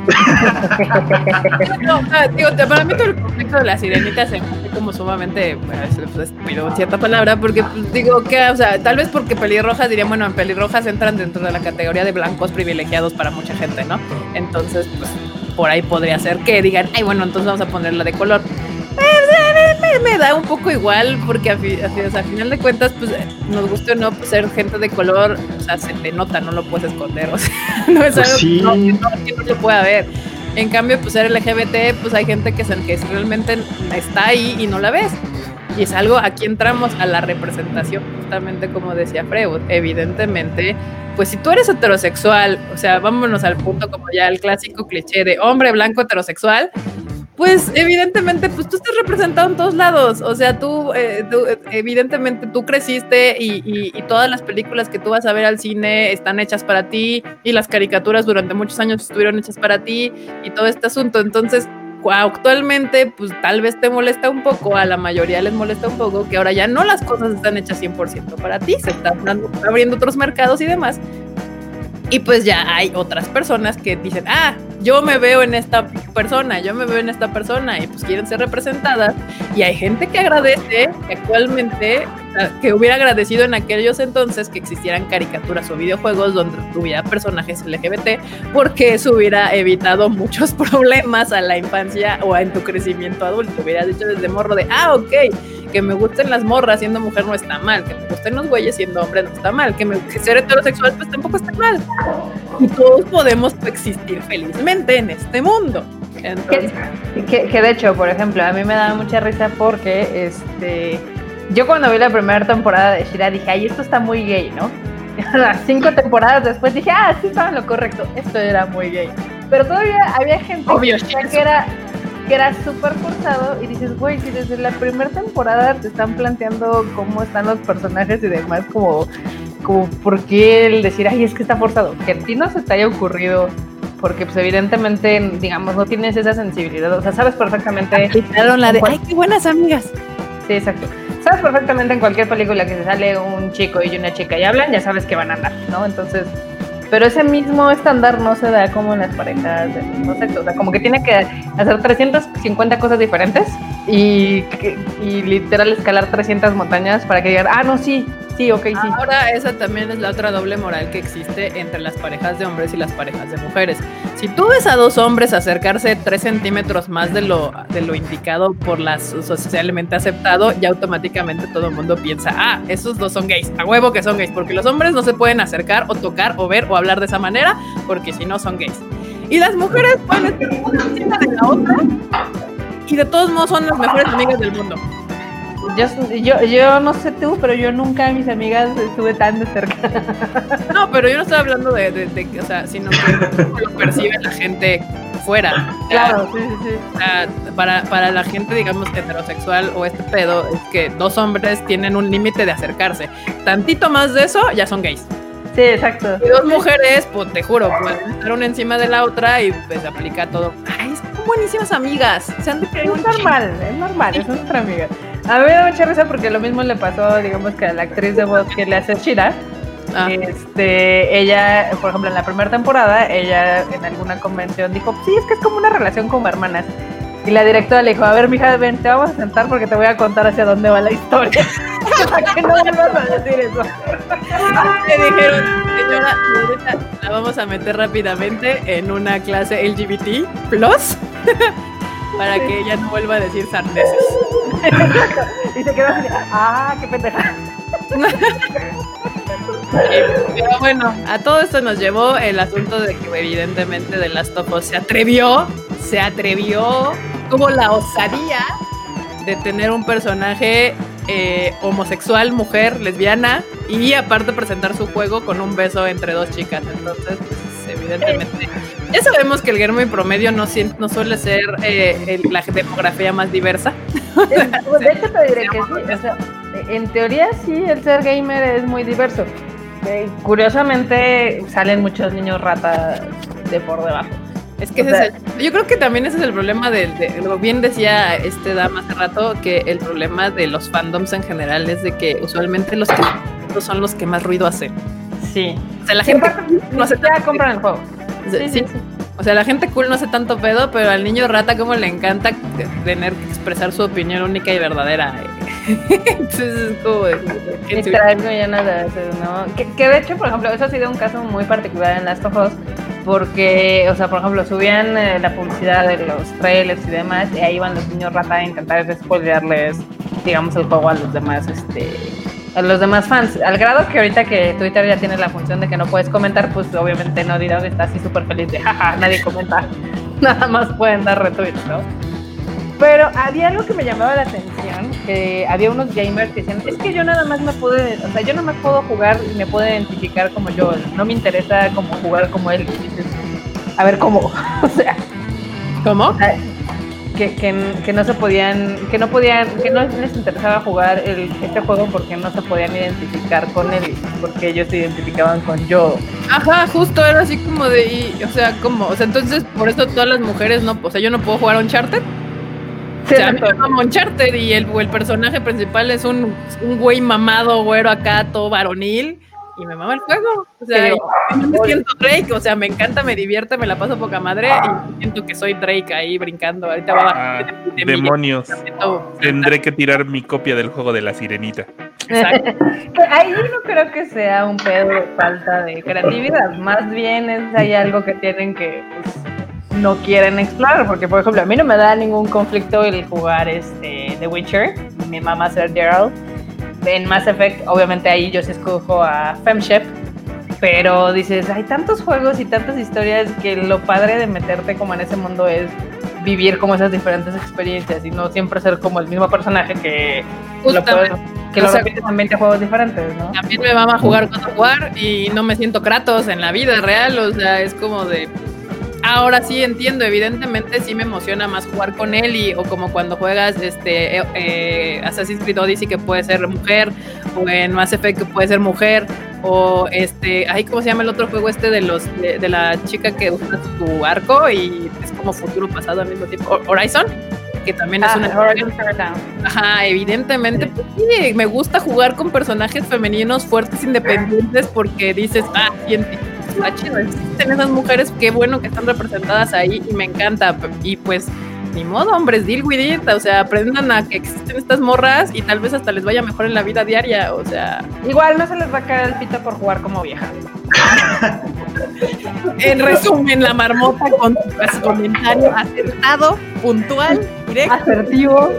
No, digo, para mí todo el conflicto de la sirenita se me hace como sumamente, pues, pero cierta palabra, porque pues, digo que, o sea, tal vez porque pelirrojas dirían, bueno, en pelirrojas entran dentro de la categoría de blancos privilegiados para mucha gente, ¿no? Entonces, pues, por ahí podría ser que digan, ay, bueno, entonces vamos a ponerla de color. Me, me da un poco igual, porque a, fi, a, o sea, a final de cuentas, pues, nos guste o no, pues, ser gente de color, o sea, se te nota, no lo puedes esconder, o sea, no es algo pues sí. que, no, que, no, que no lo pueda ver. En cambio, pues, ser L G B T, pues, hay gente que, que realmente está ahí y no la ves. Y es algo, aquí entramos a la representación, justamente como decía Freud, evidentemente, pues si tú eres heterosexual, o sea, vámonos al punto como ya el clásico cliché de hombre blanco heterosexual, pues evidentemente, pues tú estás representado en todos lados, o sea, tú, eh, tú evidentemente tú creciste y, y, y todas las películas que tú vas a ver al cine están hechas para ti y las caricaturas durante muchos años estuvieron hechas para ti y todo este asunto, entonces actualmente pues tal vez te molesta un poco, a la mayoría les molesta un poco que ahora ya no las cosas están hechas cien por ciento para ti, se están dando, abriendo otros mercados y demás. Y pues ya hay otras personas que dicen, ah, yo me veo en esta persona, yo me veo en esta persona y pues quieren ser representadas. Y hay gente que agradece que actualmente, que hubiera agradecido en aquellos entonces que existieran caricaturas o videojuegos donde hubiera personajes L G B T, porque eso hubiera evitado muchos problemas a la infancia o en tu crecimiento adulto. Hubieras dicho desde morro de, ah, ok, que me gusten las morras siendo mujer no está mal, que me gusten los güeyes siendo hombre no está mal, que, me, que ser heterosexual pues tampoco está mal. Y todos podemos existir felizmente en este mundo. Entonces, que, que, que de hecho, por ejemplo, a mí me daba mucha risa porque este, yo cuando vi la primera temporada de She-Ra dije, ay, esto está muy gay, ¿no? las cinco temporadas después dije, ah, sí estaba en lo correcto, esto era muy gay. Pero todavía había gente Obvio, que, que era que era súper forzado y dices, güey, si desde la primera temporada te están planteando cómo están los personajes y demás, como, como por qué el decir, ay, es que está forzado, que a ti no se te haya ocurrido, porque pues evidentemente, digamos, no tienes esa sensibilidad, o sea, sabes perfectamente... Quitaron la de, ay, qué buenas amigas. Sí, exacto. Sabes perfectamente en cualquier película que se sale un chico y una chica y hablan, ya sabes que van a andar, ¿no? Entonces... Pero ese mismo estándar no se da como en las parejas del mismo sexo. O sea, como que tiene que hacer trescientas cincuenta cosas diferentes y, y literal escalar trescientas montañas para que digan, ah, no, sí, sí, ok, sí. Ahora esa también es la otra doble moral que existe entre las parejas de hombres y las parejas de mujeres. Si tú ves a dos hombres acercarse tres centímetros más de lo, de lo indicado por la socialmente aceptado, ya automáticamente todo el mundo piensa, ah, esos dos son gays, a huevo que son gays, porque los hombres no se pueden acercar o tocar o ver o hablar de esa manera, porque si no son gays. Y las mujeres pueden estar una encima de la otra y de todos modos son las mejores amigas del mundo. Yo, yo, yo no sé tú, pero yo nunca a mis amigas estuve tan de cerca. No, pero yo no estoy hablando de, de, de o sea, sino que lo percibe la gente fuera. Claro, sí, sí, sí. O sea, para, para la gente, digamos, heterosexual o este pedo, es que dos hombres tienen un límite de acercarse. Tantito más de eso, ya son gays. Sí, exacto. Y dos mujeres, pues te juro, pueden estar una encima de la otra y pues aplica todo. Ay, son buenísimas amigas. Se han de creer es normal, es normal, es nuestra amiga. A mí me da mucha risa porque lo mismo le pasó, digamos, que a la actriz de voz que le hace Shira. Ah. Este, ella, por ejemplo, en la primera temporada, ella en alguna convención dijo, sí, es que es como una relación como hermanas. Y la directora le dijo, a ver, mija, ven, te vamos a sentar porque te voy a contar hacia dónde va la historia. Para que no vuelvas a decir eso. Le dijeron, señora, ahorita la vamos a meter rápidamente en una clase L G B T plus para sí. que ella no vuelva a decir sandeces. Y se quedó así, ah, qué pendeja. Pero bueno, a todo esto nos llevó el asunto de que evidentemente The Last of Us se atrevió, se atrevió, tuvo la osadía de tener un personaje eh, homosexual, mujer, lesbiana, y aparte presentar su juego con un beso entre dos chicas. Entonces, pues, evidentemente, ya sabemos que el gamer promedio no, no suele ser eh, el, la demografía más diversa. De hecho te diré que sí, o sea, en teoría sí, el ser gamer es muy diverso. Eh, curiosamente salen muchos niños ratas de por debajo. Es que ese sea, es el, yo creo que también ese es el problema de, de, lo bien decía este Dama hace rato, que el problema de los fandoms en general es de que usualmente los que son los que más ruido hacen. Sí. O sea, la gente no hace ya compran el juego. O sea, sí, sí, sí. O sea, la gente cool no hace tanto pedo, pero al niño rata como le encanta tener que expresar su opinión única y verdadera. Entonces es como de, de, de algo ya nada, ¿no? Que, que de hecho, por ejemplo, eso ha sido un caso muy particular en Last of Us, porque, o sea, por ejemplo, subían eh, la publicidad de los trailers y demás, y ahí iban los niños rata a intentar spoilearles, digamos, el juego a los demás, este, a los demás fans, al grado que ahorita que Twitter ya tiene la función de que no puedes comentar, pues obviamente Naughty Dog está así súper feliz de jaja, nadie comenta, nada más pueden dar retweets, ¿no? Pero había algo que me llamaba la atención, que había unos gamers que decían, es que yo nada más me pude, o sea, yo nada más puedo jugar y me puedo identificar como yo, no me interesa como jugar como él. Y dices, a ver, ¿cómo? O sea, ¿cómo? O sea, que, que, que no se podían, que no podían, que no les interesaba jugar el, este juego porque no se podían identificar con él, porque ellos se identificaban con yo. Ajá, justo era así como de, y, o sea, como, o sea, entonces por eso todas las mujeres no, o sea, yo no puedo jugar a Uncharted. Sí, o sea, a mí me llama Uncharted y el, el personaje principal es un, un güey mamado, güero acá, todo varonil, y me mama el juego. O sea, yo me siento Drake, o sea, me encanta, me divierte, me la paso poca madre y siento que soy Drake ahí brincando. Ahorita va a ah, de, de demonios. Tendré que tirar mi copia del juego de la sirenita. Exacto. Ahí no creo que sea un pedo de falta de creatividad, más bien es ahí algo que tienen que, pues, no quieren explorar, porque por ejemplo a mí no me da ningún conflicto el jugar este The Witcher, mi mamá ser Geralt. En Mass Effect obviamente ahí yo sí escojo a Femshep, pero dices, hay tantos juegos y tantas historias que lo padre de meterte como en ese mundo es vivir como esas diferentes experiencias y no siempre ser como el mismo personaje que lo puedes, Que lo repites en veinte juegos diferentes, ¿no? También me mama jugar God of War y no me siento Kratos en la vida real, o sea, es como de... Ahora sí entiendo, evidentemente sí me emociona más jugar con él y, o como cuando juegas este eh, Assassin's Creed Odyssey que puede ser mujer, o en Mass Effect que puede ser mujer, o este, ay, ¿cómo se llama el otro juego este de los de, de la chica que usa tu arco y es como futuro pasado al mismo tiempo? Horizon, que también ah, es una... Horizon Zero Dawn. Ajá, evidentemente, sí. Pues sí, me gusta jugar con personajes femeninos fuertes, independientes, porque dices, ah, científicos. Está chido, existen esas mujeres, qué bueno que están representadas ahí y me encanta. Y pues, ni modo, hombres, deal with it. O sea, aprendan a que existen estas morras y tal vez hasta les vaya mejor en la vida diaria. O sea, igual no se les va a caer el pito por jugar como vieja. En resumen, la marmota con su comentario acertado, puntual, directo, asertivo.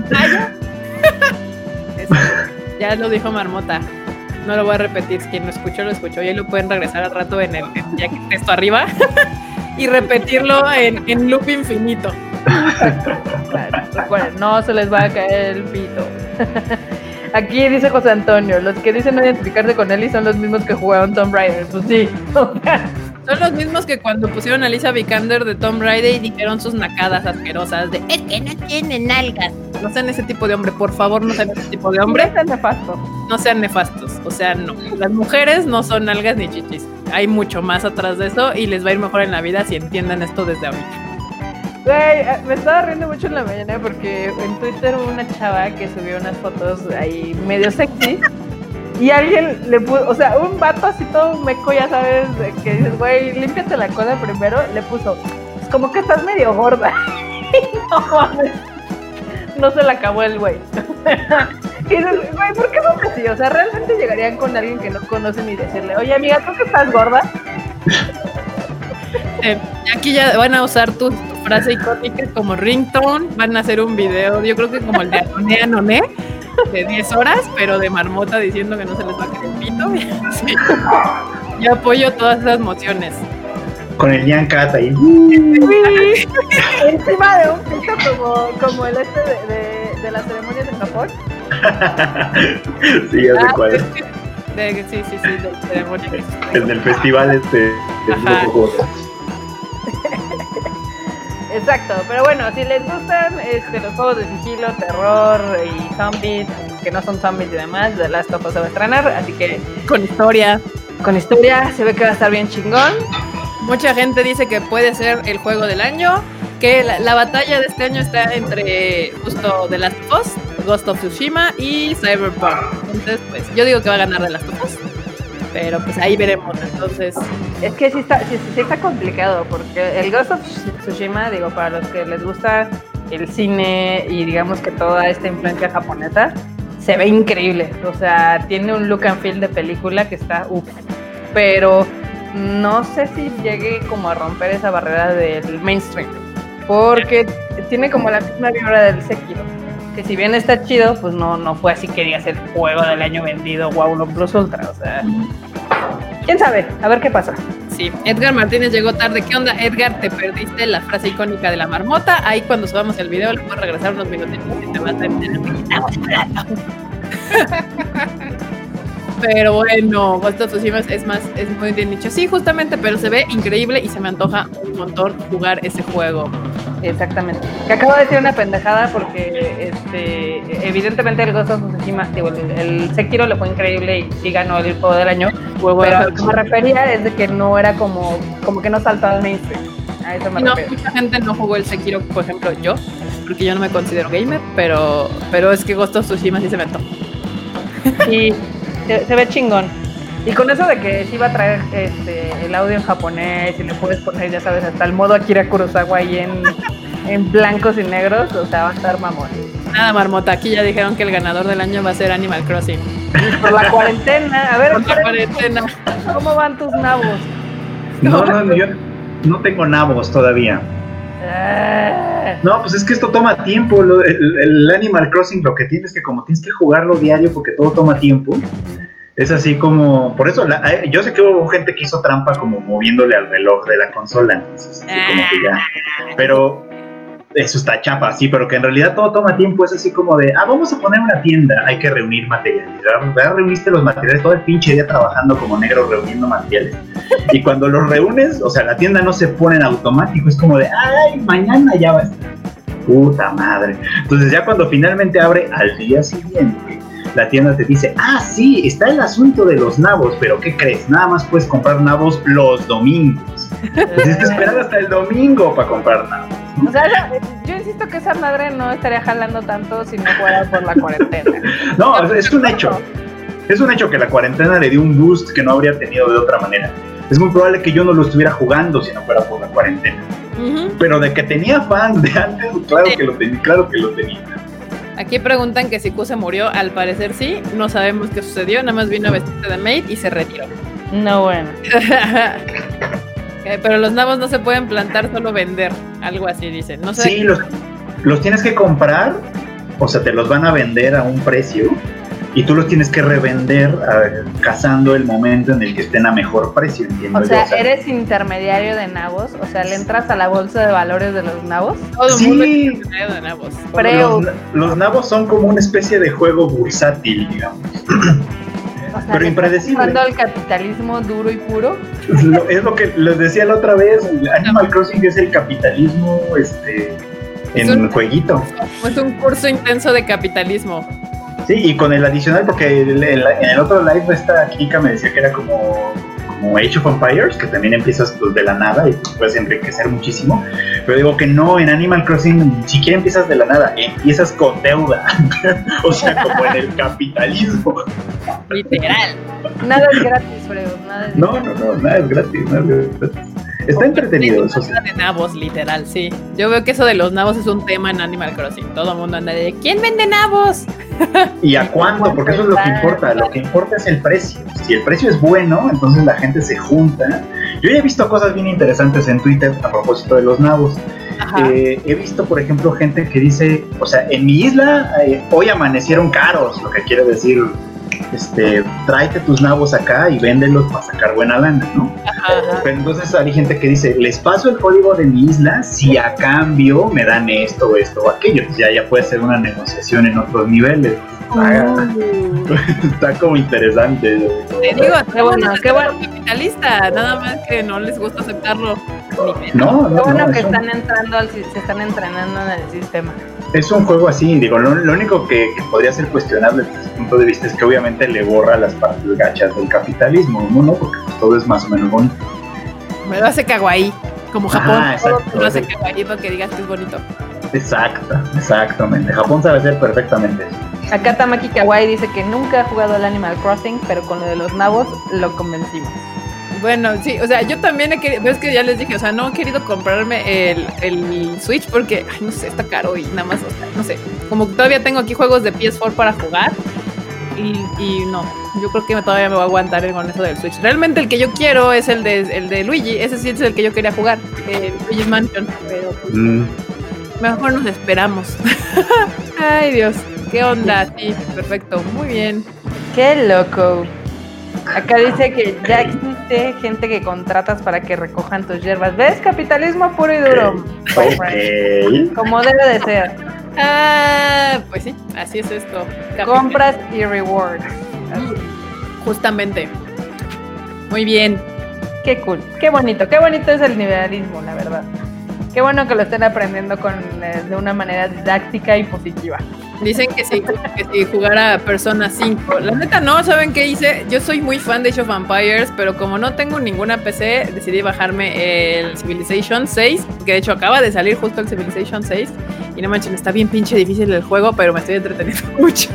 Ya lo dijo Marmota. No lo voy a repetir, quien lo escuchó, lo escuchó y ahí lo pueden regresar al rato en el en, ya que texto arriba y repetirlo en, en loop infinito. Claro, recuerden, no se les va a caer el pito. Aquí dice José Antonio, los que dicen no identificarse con Ellie son los mismos que jugaron Tomb Raider. Pues sí. Son los mismos que cuando pusieron a Alicia Vikander de Tomb Raider y dijeron sus nacadas asquerosas de es que no tiene nalgas. No sean ese tipo de hombre, por favor, no sean ese tipo de hombre. No sean nefastos. No sean nefastos, o sea, no. Las mujeres no son nalgas ni chichis. Hay mucho más atrás de eso y les va a ir mejor en la vida si entiendan esto desde ahorita. Güey, me estaba riendo mucho en la mañana porque en Twitter hubo una chava que subió unas fotos ahí medio sexy. Y alguien le puso, o sea, un vato así todo meco, ya sabes, que dices, güey, límpiate la cola primero, le puso, pues como que estás medio gorda. No mames, no se la acabó el güey. Y dices, güey, ¿por qué son así? O sea, ¿realmente llegarían con alguien que no conocen y decirle, oye, amiga, ¿tú que estás gorda? Eh, aquí ya van a usar tu, tu frase icónica como ringtone, van a hacer un video, yo creo que como el de Anoné Anoné, de diez horas, pero de Marmota diciendo que no se les va a caer el pito. Sí. Yo apoyo todas esas mociones. Con el Nyan Cat ahí. Sí. Encima de un pito como, como el este de, de, de las ceremonias en Japón. Sí, ya sé ah, cuál. De, sí, sí, sí, de la ceremonia. El del festival este de Exacto, pero bueno, si les gustan este, los juegos de sigilo, terror y zombies, que no son zombies y demás, The Last of Us se va a estrenar, así que con historia, con historia se ve que va a estar bien chingón. Mucha gente dice que puede ser el juego del año, que la, la batalla de este año está entre justo The Last of Us, Ghost of Tsushima y Cyberpunk. Entonces, pues yo digo que va a ganar The Last of Us. Pero pues ahí veremos, entonces. Es que sí está, sí, sí está complicado, porque el Ghost of Tsushima, digo, para los que les gusta el cine y digamos que toda esta influencia japonesa, se ve increíble. O sea, tiene un look and feel de película que está uff. Pero no sé si llegue como a romper esa barrera del mainstream, porque tiene como la misma vibra del Sekiro. Que si bien está chido, pues no, no fue así que digas el juego del año vendido, wow, no plus ultra, o sea, quién sabe, a ver qué pasa. Sí, Edgar Martínez llegó tarde. ¿Qué onda, Edgar? Te perdiste la frase icónica de la marmota. Ahí cuando subamos el video le puedo regresar unos minutitos y te vas a enterar de qué estamos hablando. Pero bueno, Ghost of Tsushima es más, es muy bien dicho. Sí, justamente, pero se ve increíble y se me antoja un montón jugar ese juego. Exactamente. Que acabo de decir una pendejada porque este evidentemente el Ghost of Tsushima, digo, el, el Sekiro le fue increíble y sí ganó el juego del año, pero a lo que me refería es de que no era como, como que no saltó al mainstream. A eso me no, refiero. Mucha gente no jugó el Sekiro, por ejemplo, yo, porque yo no me considero gamer, pero, pero es que Ghost of Tsushima sí se me antoja. Y se, se ve chingón. Y con eso de que sí va a traer este, el audio en japonés y le puedes poner, ya sabes, hasta el modo Akira Kurosawa ahí en, en blancos y negros, o sea, va a estar mamón. Nada, marmota, aquí ya dijeron que el ganador del año va a ser Animal Crossing. Y por la cuarentena, a ver, por la cuarentena. ¿Cómo van tus nabos? No, no, no, yo no tengo nabos todavía. Ah. No, pues es que esto toma tiempo. Lo, el, el Animal Crossing lo que tienes que como tienes que jugarlo diario porque todo toma tiempo. Es así como, por eso, la, yo sé que hubo gente que hizo trampa como moviéndole al reloj de la consola, entonces, así como que ya, pero eso está chapa, sí, pero que en realidad todo toma tiempo, es así como de, ah, vamos a poner una tienda, hay que reunir materiales, ya reuniste los materiales todo el pinche día trabajando como negro reuniendo materiales, y cuando los reúnes, o sea, la tienda no se pone en automático, es como de, ay, mañana ya va a estar, puta madre, entonces ya cuando finalmente abre al día siguiente, la tienda te dice, ah, sí, está el asunto de los nabos, pero ¿qué crees? Nada más puedes comprar nabos los domingos. Tienes que esperar hasta el domingo para comprar nabos. O sea, yo insisto que esa madre no estaría jalando tanto si no fuera por la cuarentena. No, es un hecho. Es un hecho que la cuarentena le dio un boost que no habría tenido de otra manera. Es muy probable que yo no lo estuviera jugando si no fuera por la cuarentena. Uh-huh. Pero de que tenía fans de antes, claro que lo tenía, claro que lo tenía. Aquí preguntan que si Q se murió, al parecer sí, no sabemos qué sucedió, nada más vino a vestirse de maid y se retiró. No, bueno. Pero los nabos no se pueden plantar, solo vender, algo así dicen. No sé. Sí, los, los tienes que comprar, o sea, te los van a vender a un precio y tú los tienes que revender uh, cazando el momento en el que estén a mejor precio, entiendo. O sea, yo, o sea, eres intermediario de nabos, o sea, le entras a la bolsa de valores de los nabos. Todo el sí. mundo es intermediario de nabos. Los, los nabos son como una especie de juego bursátil, digamos. O sea, pero impredecible. ¿Estás al capitalismo duro y puro? Lo, es lo que les decía la otra vez, Animal Crossing es el capitalismo este, en un jueguito. Es un curso intenso de capitalismo. Sí, y con el adicional, porque el, el, en el otro live esta Kika me decía que era como, como Age of Empires, que también empiezas pues, de la nada y pues, puedes enriquecer muchísimo. Pero digo que no, en Animal Crossing ni siquiera empiezas de la nada, empiezas con deuda. O sea, como en el capitalismo. Literal. Nada es gratis, Fredo. Nada es no, no, no, nada es gratis, nada es gratis. Está entretenido eso. Sí. De nabos, literal, sí. Yo veo que eso de los nabos es un tema en Animal Crossing. Todo el mundo anda de ¿quién vende nabos? ¿Y a cuánto? Porque eso es lo que importa. Lo que importa es el precio. Si el precio es bueno, entonces la gente se junta. Yo ya he visto cosas bien interesantes en Twitter a propósito de los nabos. Eh, he visto, por ejemplo, gente que dice, o sea, en mi isla eh, hoy amanecieron caros, lo que quiere decir, este, tráete tus nabos acá y véndelos para sacar buena lana, ¿no? Ajá. Pero entonces hay gente que dice, les paso el código de mi isla si a cambio me dan esto, esto o aquello. Entonces ya, ya puede ser una negociación en otros niveles. Ah, está como interesante. Te digo, qué bueno, qué bueno capitalista, nada más que no les gusta aceptarlo. No, no, qué bueno no, que un... están entrando al, se están entrenando en el sistema. Es un juego así, digo, lo, lo único que, que podría ser cuestionable desde ese punto de vista es que obviamente le borra las partes gachas del capitalismo, ¿no? ¿no? Porque pues, todo es más o menos bonito. Me lo hace kawaii, como Japón, ah, todo me lo hace kawaii para que digas que es bonito. Exacto, exactamente. Japón sabe hacer perfectamente eso. Acá Tamaki Kawaii dice que nunca ha jugado al Animal Crossing, pero con lo de los nabos lo convencimos. Bueno, sí, o sea, yo también he querido, ves que ya les dije, o sea, no he querido comprarme el, el Switch porque, ay, no sé, está caro y nada más, o sea, no sé, como que todavía tengo aquí juegos de P S cuatro para jugar y, y no, yo creo que todavía me voy a aguantar con eso del Switch. Realmente el que yo quiero es el de, el de Luigi, ese sí es el que yo quería jugar, el Luigi's Mansion, pero pues, mm. mejor nos esperamos. Ay, Dios, qué onda, sí, perfecto, muy bien. Qué loco. Acá dice que ya existe gente que contratas para que recojan tus hierbas. ¿Ves? Capitalismo puro y duro. Okay. Como debe de ser. Ah, pues sí, así es esto. Capital. Compras y rewards. Así. Justamente. Muy bien. Qué cool. Qué bonito. Qué bonito es el nivelismo, la verdad. Qué bueno que lo estén aprendiendo con, eh, de una manera didáctica y positiva. Dicen que sí, que si jugara Persona cinco. La neta no, ¿saben qué hice? Yo soy muy fan de Age of Empires, pero como no tengo ninguna P C, decidí bajarme el Civilization seis, que de hecho acaba de salir justo el Civilization seis. Y no manchen, está bien pinche difícil el juego, pero me estoy entreteniendo mucho.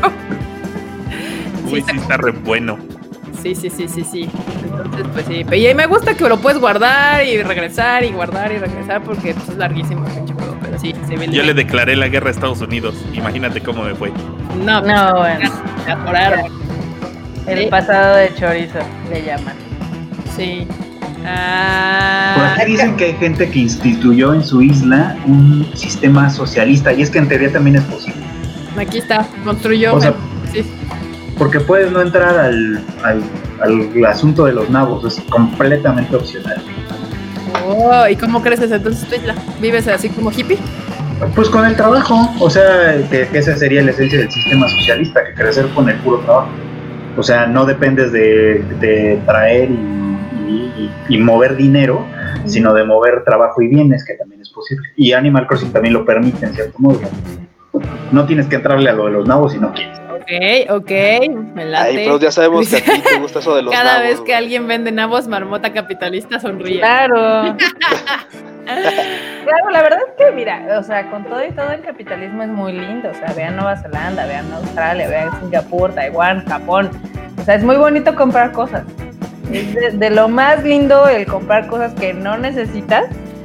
Uy, sí, sí está re bueno. Sí, sí, sí, sí, sí. Entonces, pues sí. Y me gusta que lo puedes guardar y regresar y guardar y regresar porque pues, es larguísimo el pinche juego, pero sí. Yo le declaré la guerra a Estados Unidos. Imagínate cómo me fue. No, pues, no, bueno. Me atoraron. El ¿sí? pasado de chorizo le llaman. Sí. Ah, Por aquí dicen que hay gente que instituyó en su isla un sistema socialista y es que en teoría también es posible. Aquí está, construyó. O sea, sí. Porque puedes no entrar al, al, al asunto de los nabos, es completamente opcional. Oh, ¿y cómo creces entonces tu isla? ¿Vives así como hippie? Pues con el trabajo, o sea, que, que esa sería la esencia del sistema socialista, que crecer con el puro trabajo. O sea, no dependes de, de traer y, y, y mover dinero, sino de mover trabajo y bienes, que también es posible. Y Animal Crossing también lo permite en cierto modo. No tienes que entrarle a lo de los nabos si no quieres. Ok, ok, me late. Ay, pero ya sabemos que a ti te gusta eso de los Cada nabos. vez que güey. alguien vende nabos, Marmota Capitalista sonríe. Claro. Claro, la verdad es que, mira, o sea, con todo y todo el capitalismo es muy lindo. O sea, vean Nueva Zelanda, vean Australia, vean Singapur, Taiwán, Japón. O sea, es muy bonito comprar cosas. Es de, de lo más lindo el comprar cosas que no necesitas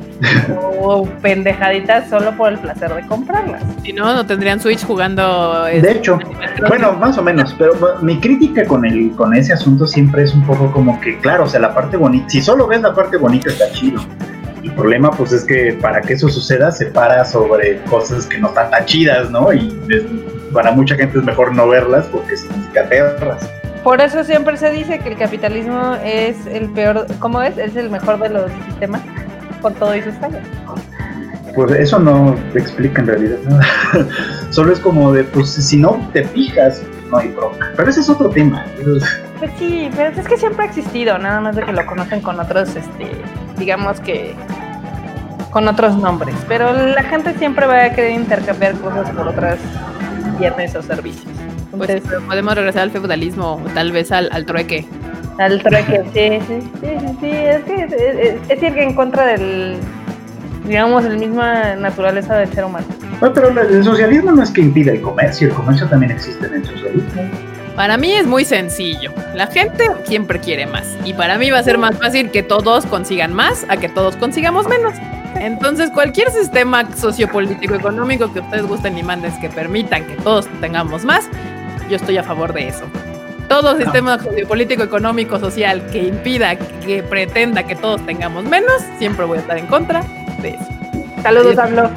o pendejaditas solo por el placer de comprarlas. Si no, no tendrían Switch jugando. De hecho, bueno, más o menos, pero mi crítica con el con ese asunto siempre es un poco como que, claro, o sea, la parte bonita, si solo ves la parte bonita está chido. El problema, pues, es que para que eso suceda se para sobre cosas que no están tan chidas, ¿no? Y es, para mucha gente es mejor no verlas porque significa perras. Por eso siempre se dice que el capitalismo es el peor, ¿cómo es? Es el mejor de los sistemas, por todo y sus fallas. Pues eso no explica en realidad nada. Solo es como de, pues, si no te fijas, no hay bronca. Pero ese es otro tema. Pues sí, pero es que siempre ha existido, nada más de que lo conocen con otros, este, digamos que con otros nombres. Pero la gente siempre va a querer intercambiar cosas por otras bienes o servicios. Entonces, Pues podemos regresar al feudalismo o tal vez al, al trueque. al trueque, sí, sí, sí, sí, sí, es que es, es, es ir en contra del, digamos, la misma naturaleza del ser humano. No, pero el socialismo no es que impida el comercio, el comercio también existe en el socialismo. Para mí es muy sencillo. La gente siempre quiere más. Y para mí va a ser más fácil que todos consigan más a que todos consigamos menos. Entonces, cualquier sistema sociopolítico económico que ustedes gusten y manden que permitan que todos tengamos más, yo estoy a favor de eso. Todo sistema sociopolítico, económico, social que impida, que pretenda que todos tengamos menos, siempre voy a estar en contra de eso. Saludos, Pablo.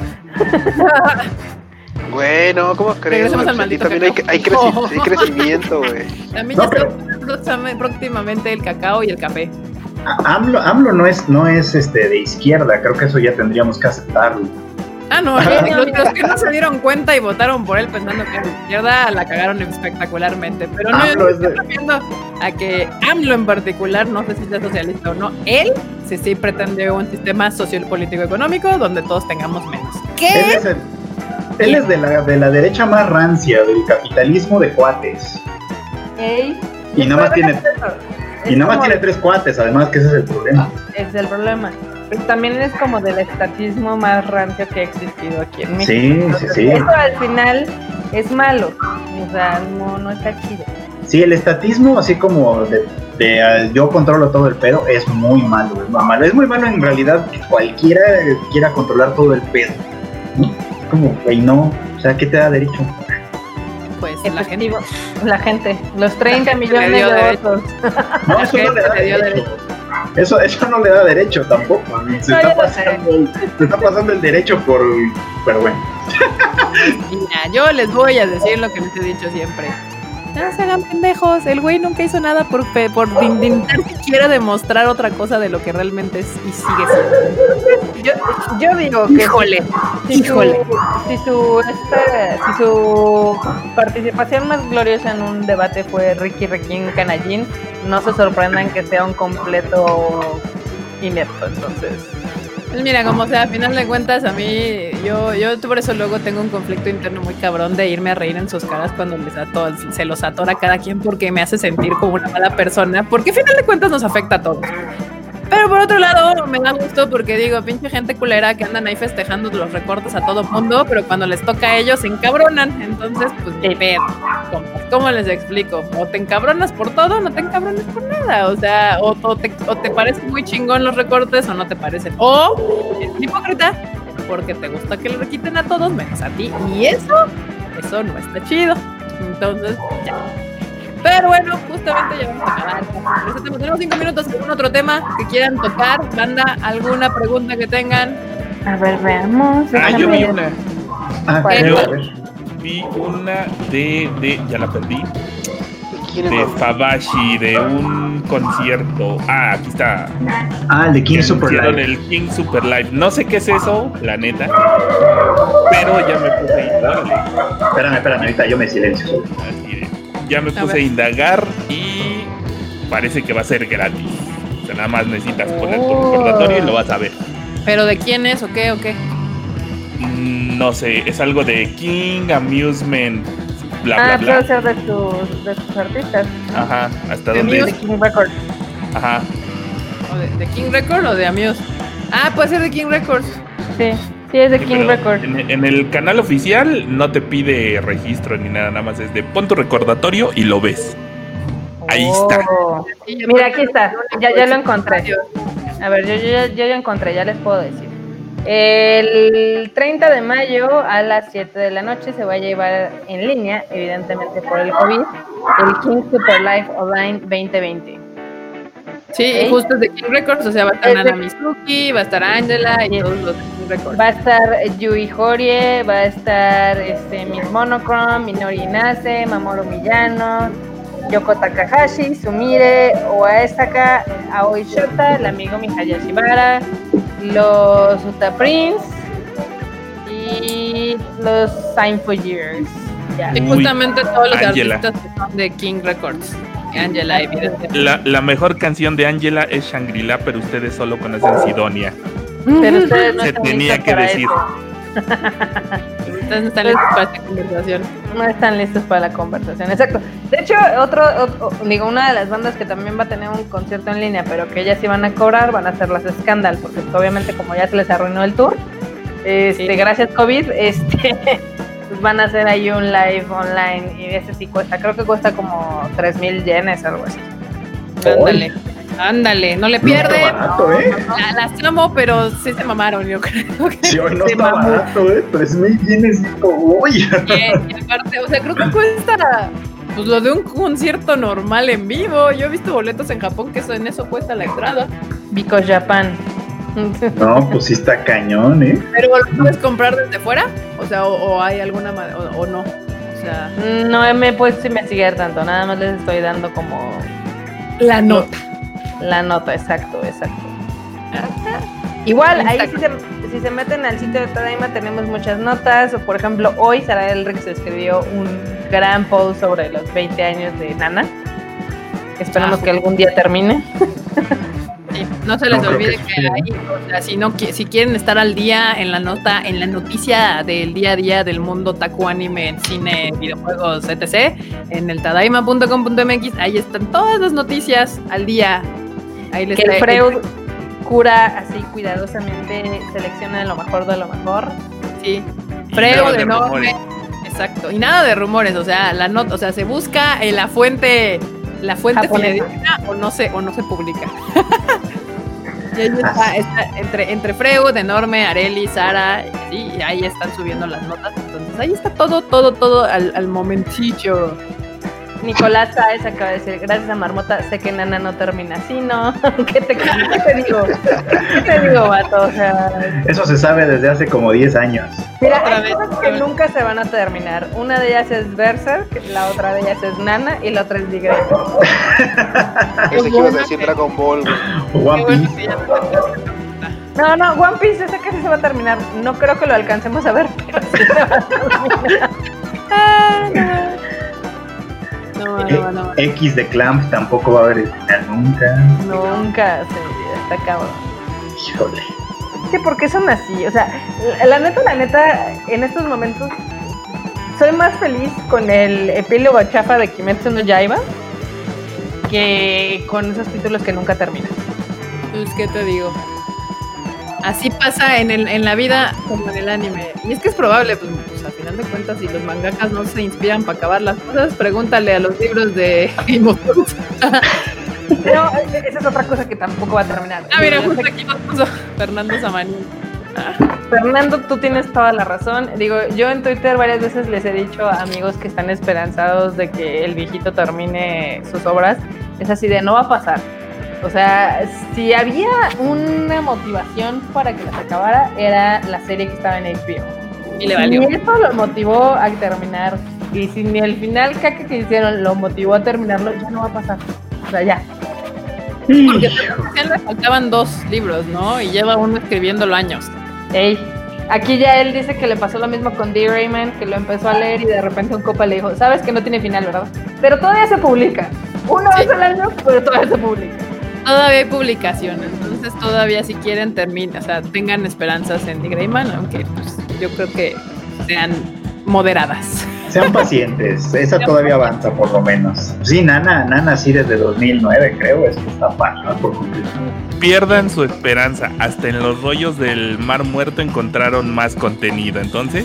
Bueno, ¿cómo crees? Regresemos al Pues, maldito también hay, cacao. hay, creci- hay crecimiento, güey. También No, ya pero- está próxima- próximamente el cacao y el café. A- AMLO, AMLO no es, no es este, de izquierda, creo que eso ya tendríamos que aceptarlo. Ah, no, los, los que no se dieron cuenta y votaron por él pensando que era de izquierda, la cagaron espectacularmente. Pero no, AMLO yo es de- estoy viendo a que AMLO en particular, no sé si sea socialista o no, él sí, sí pretende un sistema social, político, económico donde todos tengamos menos. Él ¿Qué? es, el- él es de, la, de la derecha más rancia, del capitalismo de cuates. Ey, Y nada más tiene, es y nada más como- tiene tres cuates, además que ese es el problema. Es el problema. Pero también es como del estatismo más rancio que ha existido aquí en México. Sí, sí, Entonces, sí. eso al final es malo. O sea, no, no está chido. Sí, el estatismo, así como de, de uh, yo controlo todo el pedo, es muy malo, es muy malo. Es muy malo en realidad que cualquiera quiera controlar todo el pedo, ¿no? Como, güey, no, o sea, ¿qué te da derecho? Pues la gente. Efectivo. La gente, los treinta gente le millones dio de derecho. votos. No, La eso no le gente da le dio derecho. Eso, eso no le da derecho tampoco. Se, No, está yo lo sé. pasando, el- se está pasando el derecho por... Pero bueno. Mira, yo les voy a decir lo que les he dicho siempre. No se hagan pendejos, el güey nunca hizo nada por, pe- por intentar siquiera demostrar otra cosa de lo que realmente es y sigue siendo. Yo, yo digo que Híjole, si híjole. Su, si, su, esta- si su participación más gloriosa en un debate fue Ricky Requín Canallín, no se sorprendan que sea un completo inepto, entonces. Pues mira, como sea, a final de cuentas, a mí, yo, yo por eso luego tengo un conflicto interno muy cabrón de irme a reír en sus caras cuando les ato- se los atora cada quien porque me hace sentir como una mala persona, porque a final de cuentas nos afecta a todos. Pero por otro lado, me da gusto porque digo, pinche gente culera que andan ahí festejando los recortes a todo mundo, pero cuando les toca a ellos se encabronan. Entonces, pues, ni pedo. ¿Cómo, ¿Cómo les explico? O te encabronas por todo o no te encabronas por nada. O sea, o, o, te, o te parecen muy chingón los recortes o no te parecen. O es hipócrita porque te gusta que le requiten a todos menos a ti. Y eso, eso no está chido. Entonces, ya. Pero bueno, justamente ya vamos a acabar. Presentemos, tenemos cinco minutos. ¿Algún otro tema que quieran tocar? Banda, ¿alguna pregunta que tengan? A ver, veamos. Ah, yo vi déjame- una. Ah, ¿Cuál? quiero ver. Vi una de, de. Ya la perdí. de Fabashi, de un concierto. Ah, aquí está. Ah, el de King Super Live. El King Super Live. No sé qué es eso, la neta. Pero ya me puse a indagar. Espérame, espérame, ahorita yo me silencio. Ya me puse a, a indagar y parece que va a ser gratis. O sea, nada más necesitas poner tu recordatorio y lo vas a ver. ¿Pero de quién es o qué o qué? No sé, es algo de King Amusement. Bla, ah, bla, bla. puede ser de tus, de tus artistas. Ajá, hasta de donde. De King Records. Ajá. ¿O de, de King Records o de Amuse? Ah, puede ser de King Records. Sí, sí es de sí, King Records. En, en el canal oficial no te pide registro ni nada, nada más es de pon tu recordatorio y lo ves. Ahí oh. está. Mira, aquí está. Ya, ya lo encontré. A ver, yo, yo, yo, yo ya encontré, ya les puedo decir. El treinta de mayo a las siete de la noche se va a llevar en línea, evidentemente por el COVID, el King Super Live Online veinte veinte. Sí, ¿okay? Justo es de King Records, o sea, va a estar Nana Mizuki, va a estar Angela y todos los de King Records. Va a estar Yui Horie, va a estar este, Miss Monochrome, Minori Inase, Mamoru Miyano, Yoko Takahashi, Sumire, Oaesaka, Aoi Shota, el amigo Mihayashi Bara, los Uta Prince y los Sign for Years. Yeah. Y justamente todos los Angela. Artistas que son de King Records. Angela, evidentemente. La, la mejor canción de Angela es Shangri-La, pero ustedes solo conocen Sidonia. Pero ustedes no se tenía que decir. Ustedes no están listos para esta conversación. No están listos para la conversación, exacto. De hecho, otro, otro, digo, una de las bandas que también va a tener un concierto en línea, pero que ellas sí van a cobrar, van a ser las Scandal, porque obviamente como ya se les arruinó el tour, este, sí. gracias COVID, este, pues van a hacer ahí un live online y ese sí cuesta, creo que cuesta como tres mil yenes, algo así. Ándale. Ándale, no le pierden. No barato, ¿eh? La, las amo, pero sí se mamaron, yo creo que. Sí, hoy no está mamó. Barato, ¿eh? tres mil yenes, uy. Bien, y aparte, o sea, creo que cuesta pues lo de un concierto normal en vivo. Yo he visto boletos en Japón que eso, en eso cuesta la entrada. Because Japan. No, pues sí está cañón, ¿eh? Pero ¿lo puedes comprar desde fuera? O sea, o, o hay alguna o, o no. O sea, no me he puesto a investigar tanto, nada más les estoy dando como la nota. La nota, exacto, exacto. Igual, ahí si se, si se meten al sitio de Tadaima tenemos muchas notas. O por ejemplo, hoy Sara Elrix escribió un gran post sobre los veinte años de Nana. Esperamos ah, que algún día termine. Sí, no se les no olvide que, que hay, o sea, si, no, si quieren estar al día en la nota, en la noticia del día a día del mundo otaku, anime, cine, videojuegos, etcétera, en el tadaima punto com punto m x, ahí están todas las noticias al día. Ahí les que el Freud el... cura así cuidadosamente, selecciona lo mejor de lo mejor. Sí, Freud enorme. Exacto, y nada de rumores, o sea, la nota, o sea, se busca en la fuente, la fuente fidedigna o no se, o no se publica. Y ahí está, está entre, entre Freud, Enorme, Areli, Sara, sí, y ahí están subiendo las notas, entonces ahí está todo, todo, todo al, al momentillo. Nicolás Sáez acaba de decir, gracias a Marmota, sé que Nana no termina así, ¿no? ¿Qué te, qué te digo? ¿Qué te digo, vato? O sea, eso se sabe desde hace como diez años. Mira, hay cosas que nunca se van a terminar. Una de ellas es Berserk, la otra de ellas es Nana y la otra es Digre. Ese que ibas a decir Dragon Ball. One Piece. No, no, One Piece, ese que sí se va a terminar. No creo que lo alcancemos a ver, pero sí se va a terminar. Ah, no. No, no, no. X de Clamp tampoco va a haber final nunca. Nunca, sí, está cabrón. Híjole. Sí, porque son así, o sea, la, la neta, la neta, en estos momentos soy más feliz con el epílogo chafa de Kimetsu no Yaiba que con esos títulos que nunca terminan. Pues, ¿qué te digo? Así pasa en, el, en la vida como en el anime. Y es que es probable, pues, pues a final de cuentas, si los mangakas no se inspiran para acabar las cosas, pregúntale a los libros de Game of Thrones. No, esa es otra cosa que tampoco va a terminar. Ah, mira, justo aquí nos puso Fernando Samaní. Ah. Fernando, tú tienes toda la razón. Digo, yo en Twitter varias veces les he dicho a amigos que están esperanzados de que el viejito termine sus obras. Es así de, no va a pasar. O sea, si había una motivación para que las acabara, era la serie que estaba en H B O. Y le valió. Y eso lo motivó a terminar Y si ni el final caca que hicieron lo motivó a terminarlo, ya no va a pasar. O sea, ya. Porque a él le faltaban dos libros, ¿no? Y lleva uno escribiéndolo años. Ey, aquí ya él dice que le pasó lo mismo con D. Raymond, que lo empezó a leer y de repente un copa le dijo, sabes que no tiene final, ¿verdad? Pero todavía se publica. Una vez al año, pero todavía se publica. Todavía hay publicaciones, entonces todavía si quieren terminen, o sea, tengan esperanzas en D. Raymond, aunque pues, yo creo que sean moderadas. Sean pacientes, esa todavía avanza por lo menos. Sí, Nana, Nana sí desde dos mil nueve creo, es que está parada por completo. Pierdan su esperanza, hasta en los rollos del Mar Muerto encontraron más contenido, entonces.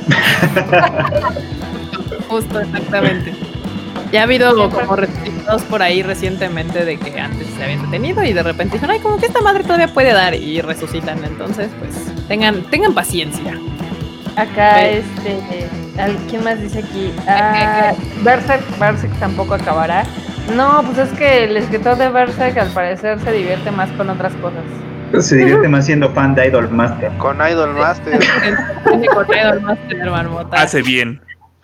Justo, exactamente. Ya ha habido como resultados por ahí recientemente de que antes se habían detenido y de repente dijeron, ay, como que esta madre todavía puede dar y resucitan, entonces pues tengan, tengan paciencia. Acá, Ve. este, ¿quién más dice aquí? Ah, Berserk, Berserk tampoco acabará. No, pues es que el escritor de Berserk al parecer se divierte más con otras cosas. Se divierte más siendo fan de Idol Master. Con Idol Master. Tiene con Idol Master, marmota. Hace bien.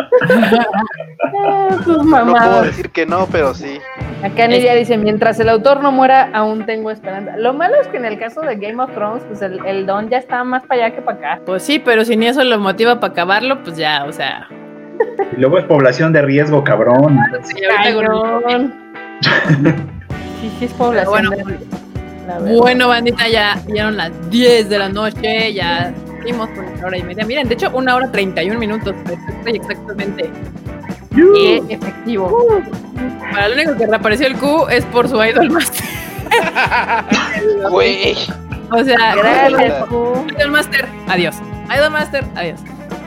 Ah, sus No mamadas. puedo decir que no, pero sí. Acá Nidia dice, mientras el autor no muera, aún tengo esperanza. Lo malo es que en el caso de Game of Thrones, pues el, el don ya está más para allá que para acá. Pues sí, pero si ni eso lo motiva para acabarlo, pues ya, o sea. Y luego es población de riesgo, cabrón. Sí, ahorita con- Cabrón. Sí, sí es población. Bueno, de- la verdad. Bueno, bandita, ya dieron las diez de la noche, ya dimos por una hora y media. Miren, de hecho, una hora treinta y un minutos, perfecto y exactamente. Y efectivo. Para lo único que reapareció el Q es por su Idol Master. Güey. O sea, Gracias, Q. Idol Master, adiós. Idol Master, adiós.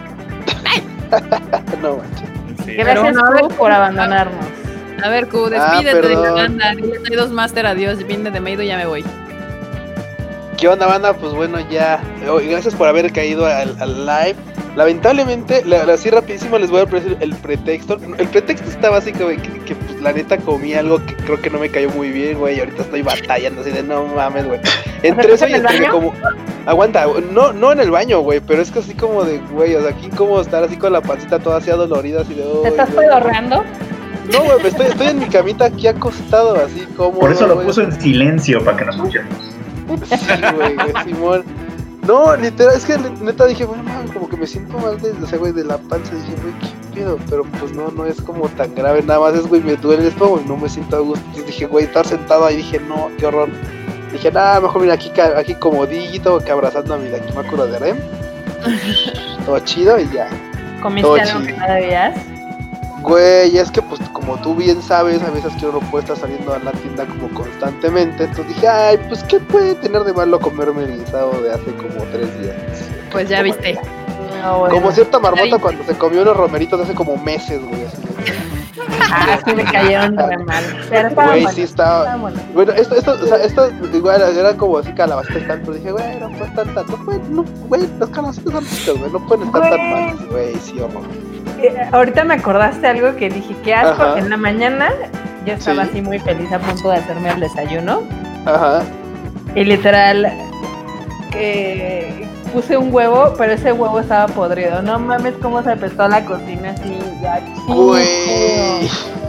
No manches. Sí. Gracias, Pero no, Q, por abandonarnos. A ver, Q, Ah, despídete de la perdón. banda. Dile a Idol Master, adiós. Vine de Meido y ya me voy. ¿Qué onda, banda? Pues bueno, ya. oh, Gracias por haber caído al, al live. Lamentablemente, la- la- así rapidísimo les voy a decir el pretexto. El pretexto está básico, güey, que, que, pues, la neta comí algo que creo que no me cayó muy bien, güey. Y ahorita estoy batallando así de no mames, güey. Entre eso y ¿En el entre que baño? como. Aguanta, no, no en el baño, güey, pero es que así como de, güey, o sea, aquí como estar así con la pancita toda así adolorida, así de. ¿Te estás "Ay, güey". pedorreando? No, güey, estoy, estoy en mi camita aquí acostado, así como. Por eso lo puso en silencio, para que nos escuchemos. Sí, güey, güey, Simón. No, literal, es que neta dije, bueno, man, como que me siento mal de, o sea, güey, de la panza. Dije, güey, qué pedo, pero pues no, no es como tan grave, nada más es, güey, me duele el estómago y no me siento a gusto. Entonces dije, güey, estar sentado ahí, dije, no, qué horror. Dije, nada, mejor mira aquí, ca- aquí comodito, que abrazando a mi Dakimakura de Rem. Todo chido y ya. ¿Comiste Todo algo que chido. no debías? Güey, es que pues como tú bien sabes, a veces que uno no puede estar saliendo a la tienda como constantemente. Entonces dije, ay, pues qué puede tener de malo comerme el guisado de hace como tres días. Pues ya viste. No, bueno. Como cierta marmota Ahí. cuando se comió unos romeritos de hace como meses, güey. Así de- Ah, sí me cayeron re mal. Pero estaban Güey, buenos, sí estaba. estaban buenos. Bueno, esto, esto, o sea, esto igual eran como así calabacitas tal, pero dije, güey, no pueden estar tan, no pueden, no, güey, las calabacitas son ricas, güey, no pueden estar tan Güey. mal, güey, sí, horror. Eh, ahorita me acordaste algo que dije, qué asco, Ajá. que en la mañana yo estaba Sí. así muy feliz a punto de hacerme el desayuno Ajá. y literal que puse un huevo, pero ese huevo estaba podrido. No mames cómo se apestó la cocina así, ya chido. Güey.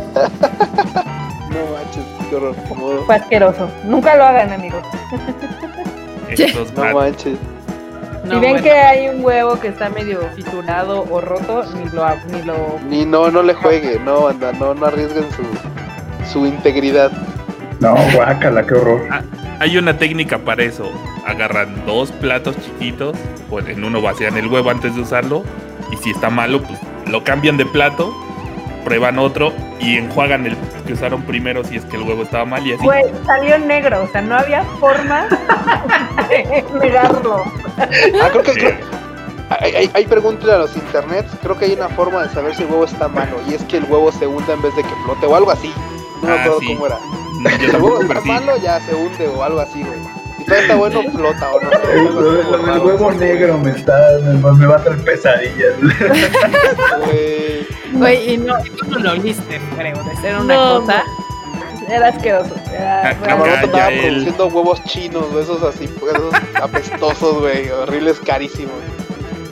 No manches, qué horror. No, Fue asqueroso. Nunca lo hagan, amigos. Estos no mat- manches. No, si ven bueno. que hay un huevo que está medio fisurado o roto, ni lo ni lo Ni no, no le juegue, no, anda, no, no arriesguen su, su integridad. No, guácala, qué horror. Hay una técnica para eso. Agarran dos platos chiquitos, pues en uno vacían el huevo antes de usarlo, y si está malo, pues lo cambian de plato, prueban otro y enjuagan el que usaron primero si es que el huevo estaba mal y así. Güey, salió negro, o sea, no había forma de negarlo. Ah, creo que. Creo, hay, hay, hay pregúntale a los internets. Creo que hay una forma de saber si el huevo está malo. Y es que el huevo se hunde en vez de que flote o algo así. No me Ah, acuerdo sí. cómo era. No, yo Si el huevo tampoco, está pero sí. malo, ya se hunde o algo así, güey. Si todo está bueno, flota o no sé. El, algo así como el raro. huevo negro me está, me, me va a traer pesadillas. Güey. Güey, y no, y tú no lo oliste, creo, de ser una No, cosa. Era asqueroso. Era Ah, La Ya, marmota ya, estaba él. produciendo huevos chinos, esos así, esos apestosos, güey, horribles, carísimos.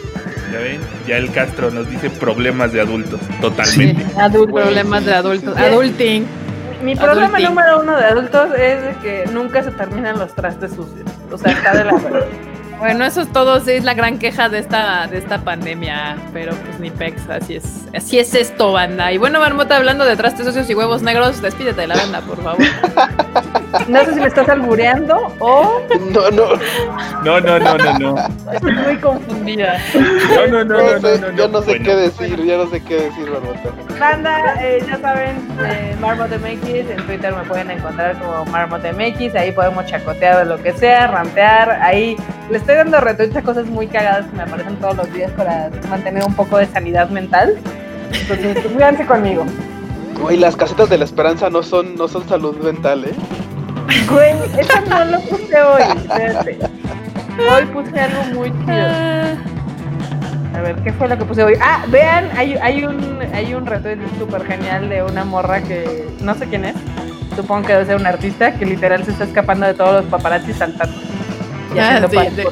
Ya ven, ya el Castro nos dice problemas de adultos, totalmente. Sí, adult, problemas de adultos, adulting. Mi problema adulting. número uno de adultos es de que nunca se terminan los trastes sucios. O sea, está de la verdad. Bueno, eso es todo, sí, es la gran queja de esta, de esta pandemia, pero pues ni pex, así es, así es esto, banda. Y bueno, Marmota, hablando de trastes sucios y huevos negros, despídete de la banda, por favor. No sé si me estás albureando o... No, no. No, no, no, no, no. Estoy muy confundida. No, no, no, no, no, no. Yo no sé bueno. qué decir, yo no sé qué decir, Marmota. Banda, eh, ya saben, eh, Marmot M X, en Twitter me pueden encontrar como Marmot M X, ahí podemos chacotear de lo que sea, rantear, ahí les estoy dando retweets a cosas muy cagadas que me aparecen todos los días para mantener un poco de sanidad mental. Entonces, cuídense conmigo. Güey, las casetas de la esperanza no son, no son salud mental, ¿eh? Güey, eso no lo puse hoy, espérate. Hoy puse algo muy chido. A ver, ¿qué fue lo que puse hoy? Ah, vean, hay, hay un hay un retweet súper genial de una morra que no sé quién es. Supongo que debe ser un artista que literal se está escapando de todos los paparazzis saltando. Ah, sí, sí.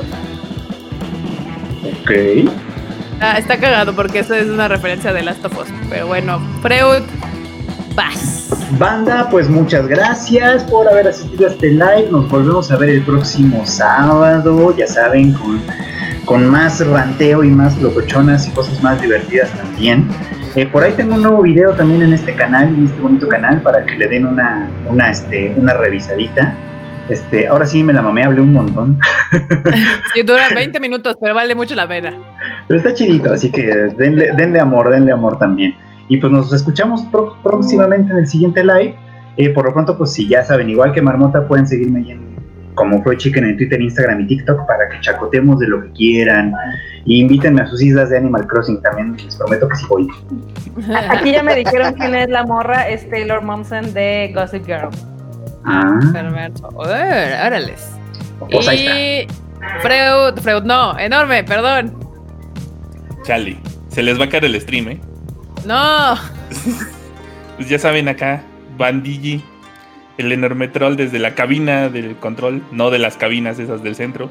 Ok. Ah, está cagado porque eso es una referencia de Last of Us. Pero bueno, Freud, vas. Banda, pues muchas gracias por haber asistido a este live. Nos volvemos a ver el próximo sábado, ya saben, con, con más ranteo y más locochonas y cosas más divertidas también. Eh, por ahí tengo un nuevo video también en este canal, en este bonito canal, para que le den una, una, este, una revisadita. Este, ahora sí me la mamé, hablé un montón. Sí, dura veinte minutos, pero vale mucho la pena. Pero está chidito, así que denle, denle amor, denle amor también. Y pues nos escuchamos pro- próximamente en el siguiente live. Eh, por lo pronto, pues si ya saben, igual que Marmota, pueden seguirme ahí en, como Freud Chicken en Twitter, Instagram y TikTok para que chacotemos de lo que quieran. Y invítenme a sus islas de Animal Crossing también, les prometo que sí voy. Aquí ya me dijeron quién es la morra, es Taylor Momsen de Gossip Girl. Ah, Perverso. Órales. pues ahí Y Freud, Freud, no, enorme, perdón. Chale, se les va a caer el stream, ¿eh? No. Pues ya saben acá, Bandigi, el enorme troll desde la cabina del control, no de las cabinas esas del centro.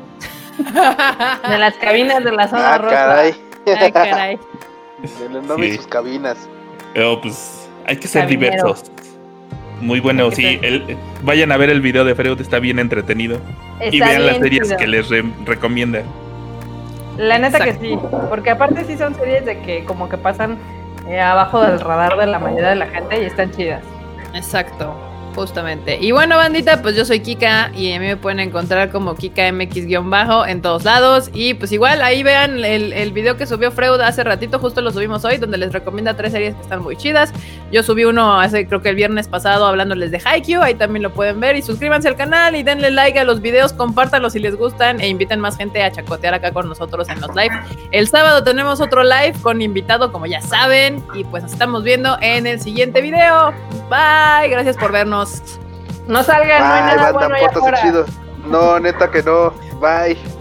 De las cabinas de la zona Ah, rosa. caray. Ay, caray. El enorme y Sí. sus cabinas. Pero pues hay que ser Cabinero. diversos. Muy bueno, Hay que sí. ser- El, vayan a ver el video de Freud, está bien entretenido. Está y vean las bien series chido. que les re- recomienda. La neta Exacto. que sí, porque aparte sí son series de que como que pasan eh, abajo del radar de la mayoría de la gente y están chidas. Exacto, justamente. Y bueno, bandita, pues yo soy Kika y a mí me pueden encontrar como KikaMX-bajo en todos lados. Y pues igual ahí vean el, el video que subió Freud hace ratito, justo lo subimos hoy, donde les recomienda tres series que están muy chidas. Yo subí uno hace creo que el viernes pasado hablándoles de Haikyuu, ahí también lo pueden ver. Y suscríbanse al canal y denle like a los videos, compártanlos si les gustan e inviten más gente a chacotear acá con nosotros en los live. El sábado tenemos otro live con invitado, como ya saben, y pues nos estamos viendo en el siguiente video. Bye, gracias por vernos. No salgan, no hay Ay, nada banda, bueno allá pórtase afuera. chido. No, neta que no. Bye.